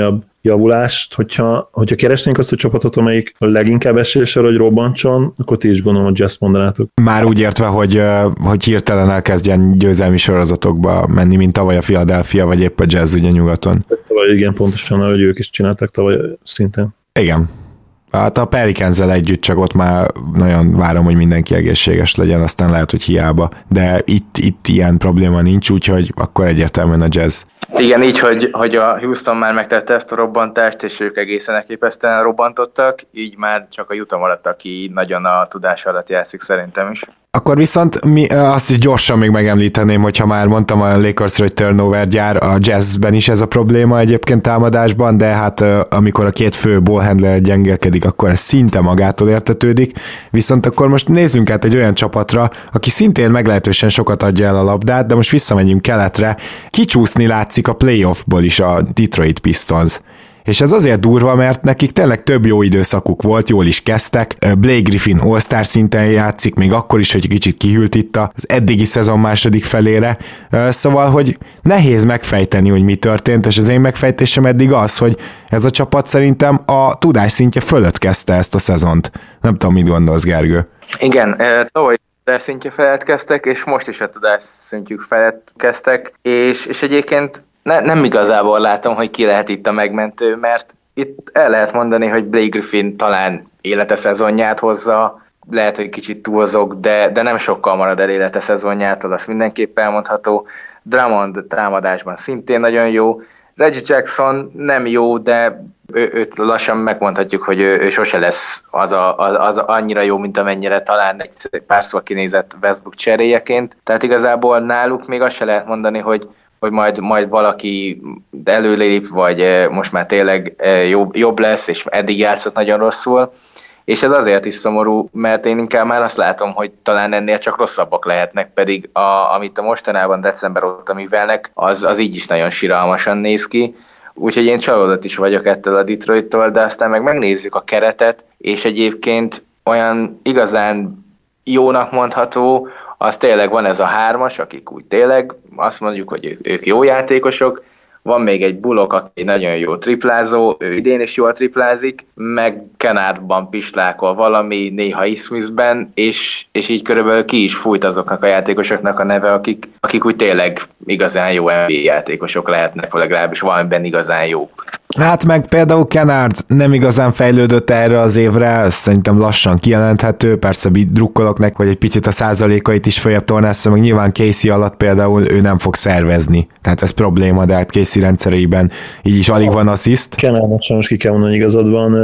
javulást, hogyha, hogyha keresnénk azt a csapatot, amelyik a leginkább esélyesel, hogy robbantson, akkor ti is gondolom, hogy Jazz mondanátok. Már úgy értve, hogy, hogy hirtelen elkezdjen győzelmi sorozatokba menni, mint tavaly a Philadelphia, vagy épp a Jazz ugye nyugaton. Tavaly igen, pontosan, ahogy ők is csináltak tavaly szintén. Igen. Hát a Pelicans-zel együtt, csak ott már nagyon várom, hogy mindenki egészséges legyen, aztán lehet, hogy hiába. De itt, itt ilyen probléma nincs, úgyhogy akkor egyértelműen a Jazz. Igen, így, hogy, hogy a Houston már megtette ezt a robbantást, és ők egészen elképesztően robbantottak, így már csak a Utah maradt, aki nagyon a tudás alatt játszik szerintem is. Akkor viszont mi, azt is gyorsan még megemlíteném, hogyha már mondtam a Lakersra, hogy turnover gyár, a Jazzben is ez a probléma egyébként támadásban, de hát amikor a két fő ballhandler gyengélkedik, akkor ez szinte magától értetődik. Viszont akkor most nézzünk át egy olyan csapatra, aki szintén meglehetősen sokat adja el a labdát, de most visszamegyünk keletre. Kicsúszni látszik a playoffból is a Detroit Pistons. És ez azért durva, mert nekik tényleg több jó időszakuk volt, jól is kezdtek. Blake Griffin All-Star szinten játszik, még akkor is, hogy kicsit kihűlt itt az eddigi szezon második felére. Szóval, hogy nehéz megfejteni, hogy mi történt, és az én megfejtésem eddig az, hogy ez a csapat szerintem a tudás szintje fölött kezdte ezt a szezont. Nem tudom, mit gondolsz, Gergő? Igen, tavaly tudás szintje felett kezdtek, és most is a tudás szintjük felett kezdtek, és, és egyébként Ne, nem igazából látom, hogy ki lehet itt a megmentő, mert itt el lehet mondani, hogy Blake Griffin talán élete szezonját hozza, lehet, hogy kicsit túlzok, de, de nem sokkal marad el élete szezonjától, az mindenképp elmondható. Drummond támadásban szintén nagyon jó. Reggie Jackson nem jó, de ő, őt lassan megmondhatjuk, hogy ő, ő sose lesz az, a, az, az annyira jó, mint amennyire talán egy párszor kinézett Westbrook cseréjeként. Tehát igazából náluk még azt se lehet mondani, hogy hogy majd, majd valaki előlép, vagy most már tényleg jobb, jobb lesz, és eddig játszott nagyon rosszul. És ez azért is szomorú, mert én inkább már azt látom, hogy talán ennél csak rosszabbak lehetnek, pedig a, amit a mostanában december óta művelnek, az, az így is nagyon siralmasan néz ki. Úgyhogy én csalódott is vagyok ettől a Detroittól, de aztán meg megnézzük a keretet, és egyébként olyan igazán jónak mondható, az tényleg van ez a hármas, akik úgy tényleg azt mondjuk, hogy ők, ők jó játékosok, van még egy Bullock, aki egy nagyon jó triplázó, ő idén is jól triplázik, meg Kennardban pislákol valami, néha Smithben, és, és így körülbelül ki is fújt azoknak a játékosoknak a neve, akik, akik úgy tényleg igazán jó en bé á játékosok lehetnek, vagy legalábbis valamiben igazán jók. Hát meg például Kennard nem igazán fejlődött erre az évre, ez szerintem lassan kijelenthető, persze drukkolok neki, hogy egy picit a százalékait is följebb tornásza, meg nyilván Casey alatt például ő nem fog szervezni, tehát ez probléma, de hát Casey rendszerében így is alig van assziszt. Kennardnak sajnos ki kell mondani, igazad van,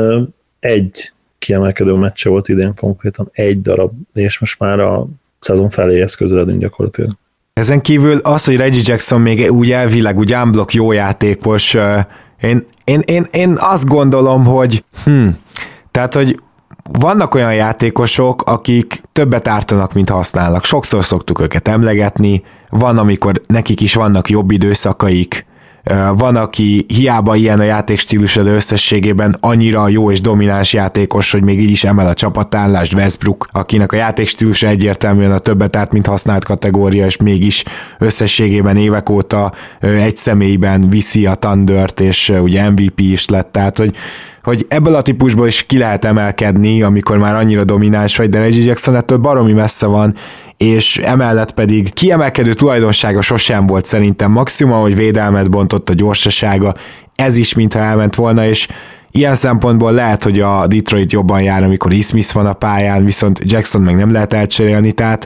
egy kiemelkedő meccse volt idén konkrétan, egy darab, és most már a szezon feléhez közeledünk gyakorlatilag. Ezen kívül az, hogy Reggie Jackson még úgy elvileg, úgy unblock jó játékos, Én, én, én, én azt gondolom, hogy hm, tehát, hogy vannak olyan játékosok, akik többet ártanak, mint használnak. Sokszor szoktuk őket emlegetni, van, amikor nekik is vannak jobb időszakaik, van, aki hiába ilyen a játékstílusod összességében annyira jó és domináns játékos, hogy még így is emel a csapatán, lásd Westbrook, akinek a játékstílusa egyértelműen a többet árt, mint használt kategória, és mégis összességében évek óta egy személyben viszi a Thundert, és ugye em vé pé is lett, tehát hogy hogy ebből a típusból is ki lehet emelkedni, amikor már annyira domináns vagy, de Reggie Jackson ettől baromi messze van, és emellett pedig kiemelkedő tulajdonsága sosem volt szerintem, maximum, hogy védelmet bontott a gyorsasága, ez is mintha elment volna, és ilyen szempontból lehet, hogy a Detroit jobban jár, amikor Smith van a pályán, viszont Jackson meg nem lehet elcserélni, tehát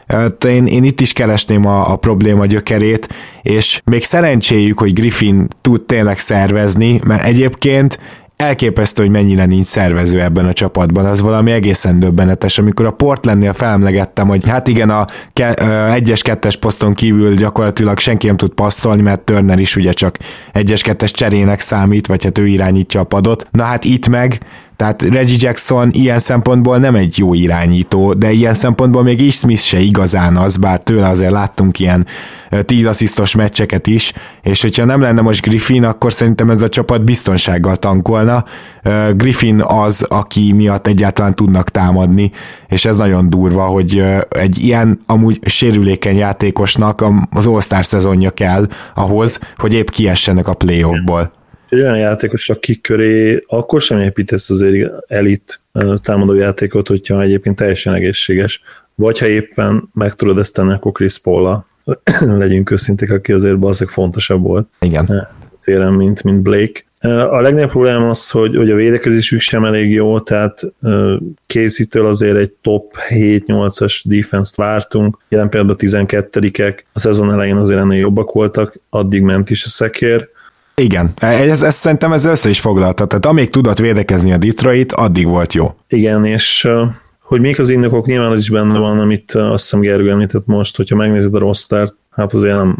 én, én itt is keresném a, a probléma gyökerét, és még szerencséjük, hogy Griffin tud tényleg szervezni, mert egyébként elképesztő, hogy mennyire nincs szervező ebben a csapatban, az valami egészen döbbenetes. Amikor a Portlandnél felemlegettem, hogy hát igen, a egyes-kettes poszton kívül gyakorlatilag senki nem tud passzolni, mert Turner is ugye csak egyes-kettes cserének számít, vagy hát ő irányítja a padot. Na hát itt meg, tehát Reggie Jackson ilyen szempontból nem egy jó irányító, de ilyen szempontból még is Smith se igazán az, bár tőle azért láttunk ilyen tíz asszisztos meccseket is, és hogyha nem lenne most Griffin, akkor szerintem ez a csapat biztonsággal tankolna. Griffin az, aki miatt egyáltalán tudnak támadni, és ez nagyon durva, hogy egy ilyen amúgy sérülékeny játékosnak az All-Star szezonja kell ahhoz, hogy épp kiessenek a playoffból. Egy olyan játékos, akik köré akkor sem építesz azért elit támadó játékot, hogyha egyébként teljesen egészséges. Vagy ha éppen meg tudod ezt tenni, akkor Chris Paul-la legyünk őszinték, aki azért valószínűleg fontosabb volt. Igen. Célem, mint, mint Blake. A legnagyobb problém az, hogy, hogy a védekezésük sem elég jó, tehát Casey-től azért egy top hét-nyolcas defense-t vártunk, jelen például a tizenkettedikek, a szezon elején azért ennél jobbak voltak, addig ment is a szekér. Igen, ez, ez szerintem ez össze is foglalta, tehát amíg tudott védekezni a Detroit, addig volt jó. Igen, és hogy még az indokok, nyilván az is benne van, amit azt hiszem Gergő említett most, hogyha megnézed a rostert, hát azért nem,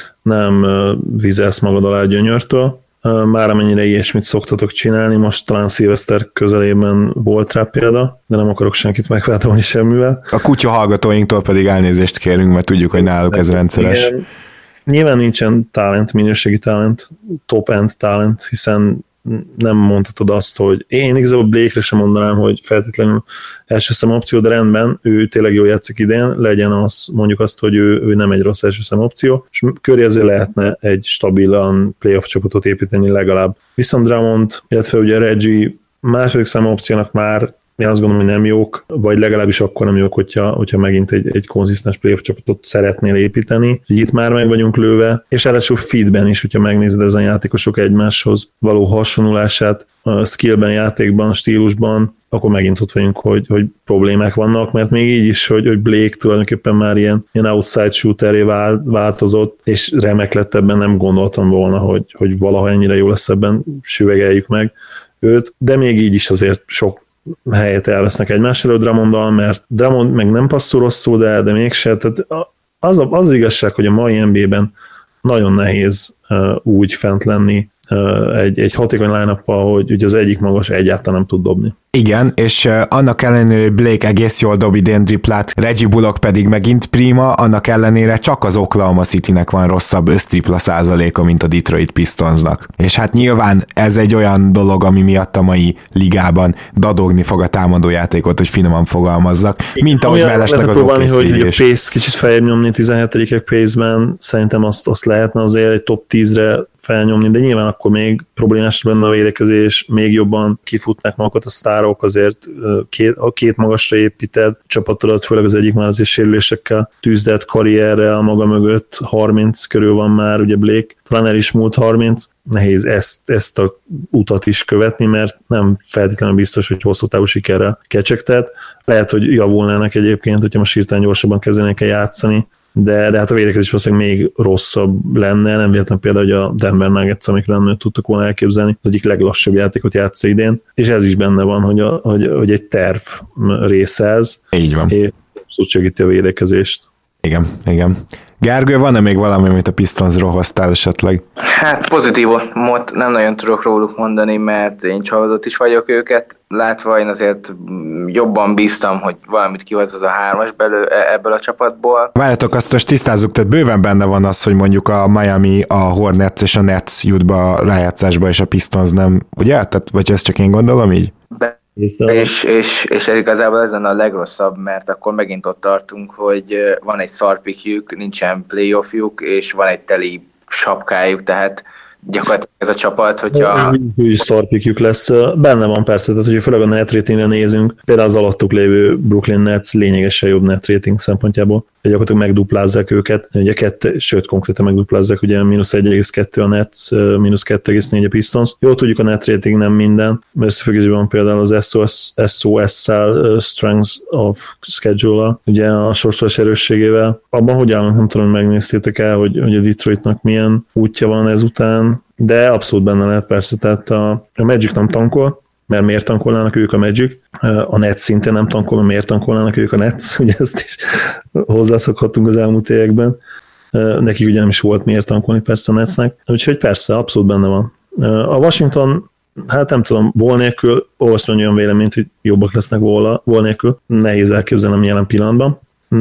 nem vizelsz magad alá a gyönyörtől, már amennyire ilyesmit szoktatok csinálni, most talán Szilveszter közelében volt rá példa, de nem akarok senkit megváltani semmivel. A kutya hallgatóinktól pedig elnézést kérünk, mert tudjuk, hogy náluk ez rendszeres. Igen. Nyilván nincsen talent, minőségi talent, top-end talent, hiszen nem mondhatod azt, hogy én igazából Blake-re sem mondanám, hogy feltétlenül első szem opció, de rendben, ő tényleg jól játszik idén, legyen az, mondjuk azt, hogy ő, ő nem egy rossz első szem opció, és köré azért lehetne egy stabilan playoff csapatot építeni legalább. Viszont Drummond, illetve ugye Reggie második szem opciónak már én azt gondolom, hogy nem jók, vagy legalábbis akkor nem jók, hogyha, hogyha megint egy, egy konzisztens playoff csapatot szeretnél építeni. Itt már meg vagyunk lőve, és ráadásul feedben is, hogyha megnézed ezen játékosok egymáshoz való hasonlulását, a skillben, játékban, stílusban, akkor megint ott vagyunk, hogy, hogy problémák vannak, mert még így is, hogy, hogy Blake tulajdonképpen már ilyen, ilyen outside shooteré változott, és remek lett ebben, nem gondoltam volna, hogy, hogy valaha ennyire jó lesz ebben, süvegeljük meg őt, de még így is azért sok helyet elvesznek egymás elő Drummonddal, mert Drummond meg nem passzol rosszul, de, de mégse. Tehát az, az, az igazság, hogy a mai en bé á-ben nagyon nehéz uh, úgy fent lenni uh, egy, egy hatékony line-up-pal, hogy, hogy az egyik magas egyáltalán nem tud dobni. Igen, és uh, annak ellenére, hogy Blake egész jól dob idén triplát, Reggie Bullock pedig megint prima, annak ellenére csak az Oklahoma Citynek van rosszabb össztripla százaléka, mint a Detroit Pistonsnak. És hát nyilván ez egy olyan dolog, ami miatt a mai ligában dadogni fog a támadójátékot, hogy finoman fogalmazzak, mint ahogy mellesleg az o ká cé hogy, hogy a is. pace kicsit feljebb nyomni tizenhetedikek pace-ben, szerintem azt, azt lehetne azért egy top tízre felnyomni, de nyilván akkor még problémás benne a védekezés, még jobban kifutnak magukat a sztárok, azért két, a két magasra építed csapatodat, főleg az egyik már azért sérülésekkel tűzdett karrierrel maga mögött, harminc körül van már, ugye Blake, talán el is múlt harminc, nehéz ezt, ezt a utat is követni, mert nem feltétlenül biztos, hogy hosszú távú sikerrel kecsegtet. Lehet, hogy javulnának egyébként, hogyha most hirtelen gyorsabban kezdenék el játszani, de, de hát a védekezés valószínűleg még rosszabb lenne, nem véletlen például, hogy a Denver Nuggets, amikre nem tudtak volna elképzelni, az egyik leglassabb játékot játsza idén, és ez is benne van, hogy, a, hogy, hogy egy terv része ez. Így van. És abszolút segíti a védekezést. Igen, igen. Gergő, van-e még valami, amit a Pistonsról hoztál esetleg? Hát pozitívot nem nagyon tudok róluk mondani, mert én csalódott is vagyok őket látva, én azért jobban bíztam, hogy valamit kihoz az a hármas belő, ebből a csapatból. Várjatok, azt most tisztázzuk, tehát bőven benne van az, hogy mondjuk a Miami, a Hornets és a Nets jut be a rájátszásba, és a Pistons nem, ugye? Tehát, vagy ezt csak én gondolom így? Be- És, és, és ez igazából ezen a legrosszabb, mert akkor megint ott tartunk, hogy van egy szarpikjük, nincsen playoffjuk, és van egy teli sapkájuk, tehát gyakorlatilag ez a csapat, hogyha... Úgy szarpikjük lesz. Benne van persze, tehát hogy főleg a net ratingre nézünk, például az alattuk lévő Brooklyn Nets lényegesen jobb net rating szempontjából, gyakorlatilag megduplázzák őket, ugye kette, sőt konkrétan megduplázzák, ugye mínusz egy egész kettő a Nets, mínusz kettő egész négy a Pistons. Jó, tudjuk, a net rating nem minden, mert összefüggésben van például az es o es-szel, Strength of Schedule-a, ugye a sorsolás erősségével. Abban hogy állnak, nem tudom, hogy megnéztétek el, hogy, hogy a Detroitnak milyen útja van ezután, de abszolút benne lehet persze, tehát a, a Magic nem tankol, mert miért tankolnának ők a Magic, a Nets szintén nem tankol, mert miért tankolnának ők a Nets, ugye ezt is hozzászokhattunk az elmúlt években. Nekik ugye nem is volt miért tankolni persze a Netsnek, úgyhogy persze, abszolút benne van. A Washington, hát nem tudom, Wall nélkül, olvastam olyan véleményt, hogy jobbak lesznek Wall nélkül, nehéz elképzelnem jelen pillanatban,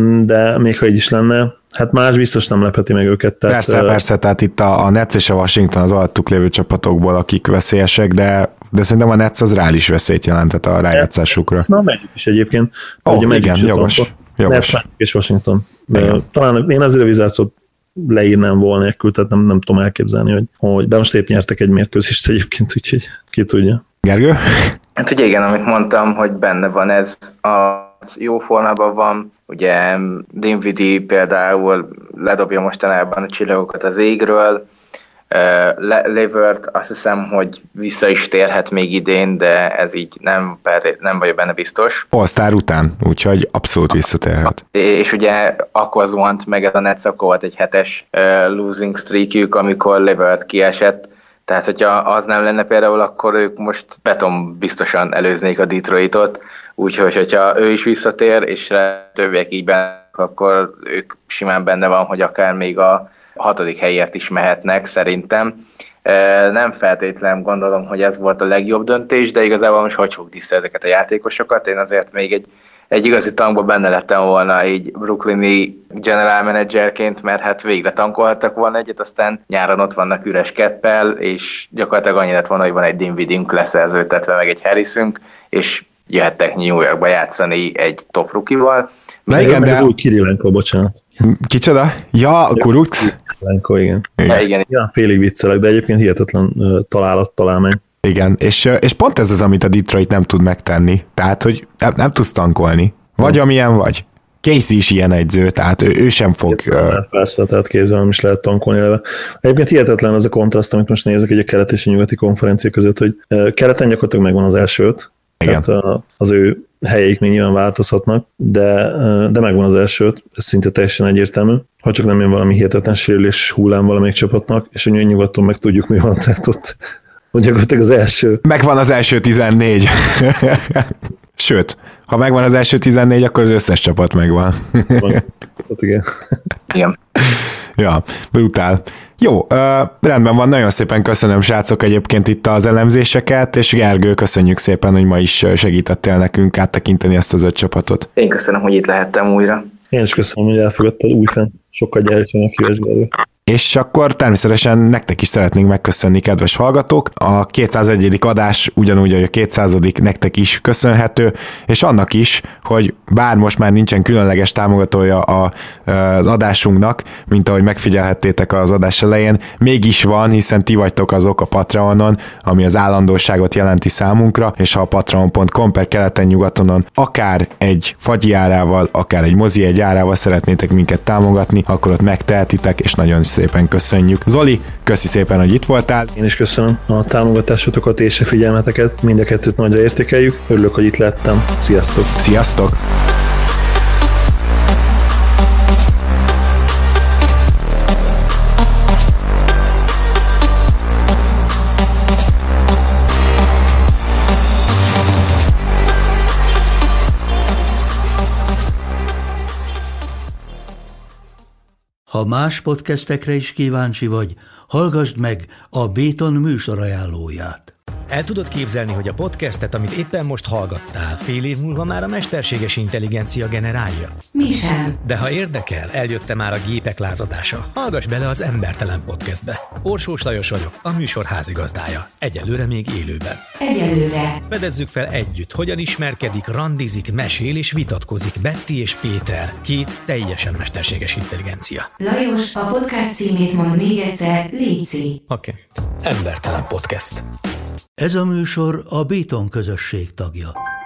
de még ha így is lenne, hát más biztos nem lepheti meg őket. Tehát, persze, persze, tehát itt a, a Nets és a Washington az alattuk lévő csapatokból, akik veszélyesek, de, de szerintem a Nets az reális veszélyt jelentett a rájátszásukra. Ezt nem megyük is egyébként. Ó, oh, igen, jogos. jogos. Nets és Washington. Talán én azért a Wizardsot leírnám volna nélkül, tehát nem, nem tudom elképzelni, hogy, hogy de most épp nyertek egy mérkőzést egyébként, úgyhogy ki tudja. Gergő? Hát ugye igen, amit mondtam, hogy benne van ez, az jó formában van, ugye Dinwiddie például ledobja mostanában a csillagokat az égről, Levert azt hiszem, hogy vissza is térhet még idén, de ez így nem, nem vagyok benne biztos. All-Star után, úgyhogy abszolút visszatérhet. És ugye akkor zuhant meg ez a Nets, akkor volt egy hetes uh, losing streakjük, amikor Levert kiesett, tehát hogyha az nem lenne például, akkor ők most beton biztosan előznék a Detroitot, úgyhogy hogyha ő is visszatér, és többiek így benne, akkor ők simán benne van, hogy akár még a hatodik helyért is mehetnek szerintem. Nem feltétlenül gondolom, hogy ez volt a legjobb döntés, de igazából most hogy fog vissza ezeket a játékosokat. Én azért még egy, egy igazi tankba benne lettem volna így brooklyni general managerként, mert hát végre tankolhattak volna egyet, aztán nyáron ott vannak üres keppel, és gyakorlatilag annyi lett volna, hogy van egy Dinwiddie-ünk leszerződtetve, meg egy Harrisünk, és jöhettek New Yorkba játszani egy top rookie-val. Na igen, de... Ez új Kirilenko, bocsánat. Kicsoda? Ja, a Kuruc? Kirilenko, igen. Ja, igen. Ja, félig viccelek, de egyébként hihetetlen uh, találat, találmány. Igen, és, és pont ez az, amit a Detroit nem tud megtenni. Tehát, hogy nem, nem tudsz tankolni. Vagy hmm. amilyen vagy. Casey is ilyen egyző, tehát ő, ő sem fog... Uh... Persze, tehát kézzel nem is lehet tankolni eleve. Egyébként hihetetlen az a kontraszt, amit most nézek egy a kelet és a nyugati konferencia között, hogy uh, keleten gyakorlatilag megvan az első öt. Igen. Tehát uh, az ő helyeik még nyilván változhatnak, de, de megvan az elsőt, ez szinte teljesen egyértelmű. Ha csak nem jön valami hihetetlen sérülés hullám valamelyik csapatnak, és a nyugaton meg tudjuk, mi van, tehát ott, ott gyakorlatilag az első. Megvan az első tizennégy. Sőt, ha megvan az első tizennégy, akkor az összes csapat megvan. Ott igen. Igen. Ja, brutál. Jó, uh, rendben van, nagyon szépen köszönöm, srácok, egyébként itt az elemzéseket, és Gergő, köszönjük szépen, hogy ma is segítettél nekünk áttekinteni ezt az öt csapatot. Én köszönöm, hogy itt lehettem újra. Én is köszönöm, hogy elfogadtad újfent. Sokkal gyertőnek híves, Gergő. És akkor természetesen nektek is szeretnénk megköszönni, kedves hallgatók. A kétszázegyedik adás ugyanúgy, hogy a kétszázadik nektek is köszönhető, és annak is, hogy bár most már nincsen különleges támogatója az adásunknak, mint ahogy megfigyelhettétek az adás elején, mégis van, hiszen ti vagytok azok a Patreonon, ami az állandóságot jelenti számunkra, és ha a patreon pont com per keleten-nyugatonon akár egy fagyi árával, akár egy mozi egy árával szeretnétek minket támogatni, akkor ott megtehetitek, és nagyon szépen köszönjük. Zoli, köszi szépen, hogy itt voltál. Én is köszönöm a támogatásotokat és a figyelmeteket. Mind a kettőt nagyra értékeljük. Örülök, hogy itt lettem. Sziasztok! Sziasztok! Ha más podcastekre is kíváncsi vagy, hallgassd meg a Béton műsor ajánlóját. El tudod képzelni, hogy a podcastet, amit éppen most hallgattál, fél év múlva már a mesterséges intelligencia generálja? Mi sem. De ha érdekel, eljött már a gépek lázadása. Hallgass bele az Embertelen Podcastbe. Orsós Lajos vagyok, a műsor házigazdája. Egyelőre még élőben. Egyelőre. Fedezzük fel együtt, hogyan ismerkedik, randizik, mesél és vitatkozik Betty és Péter, két teljesen mesterséges intelligencia. Lajos, a podcast címét mond még egyszer, léci. Oké. Okay. Embertelen Podcast. Ez a műsor a Béton közösség tagja.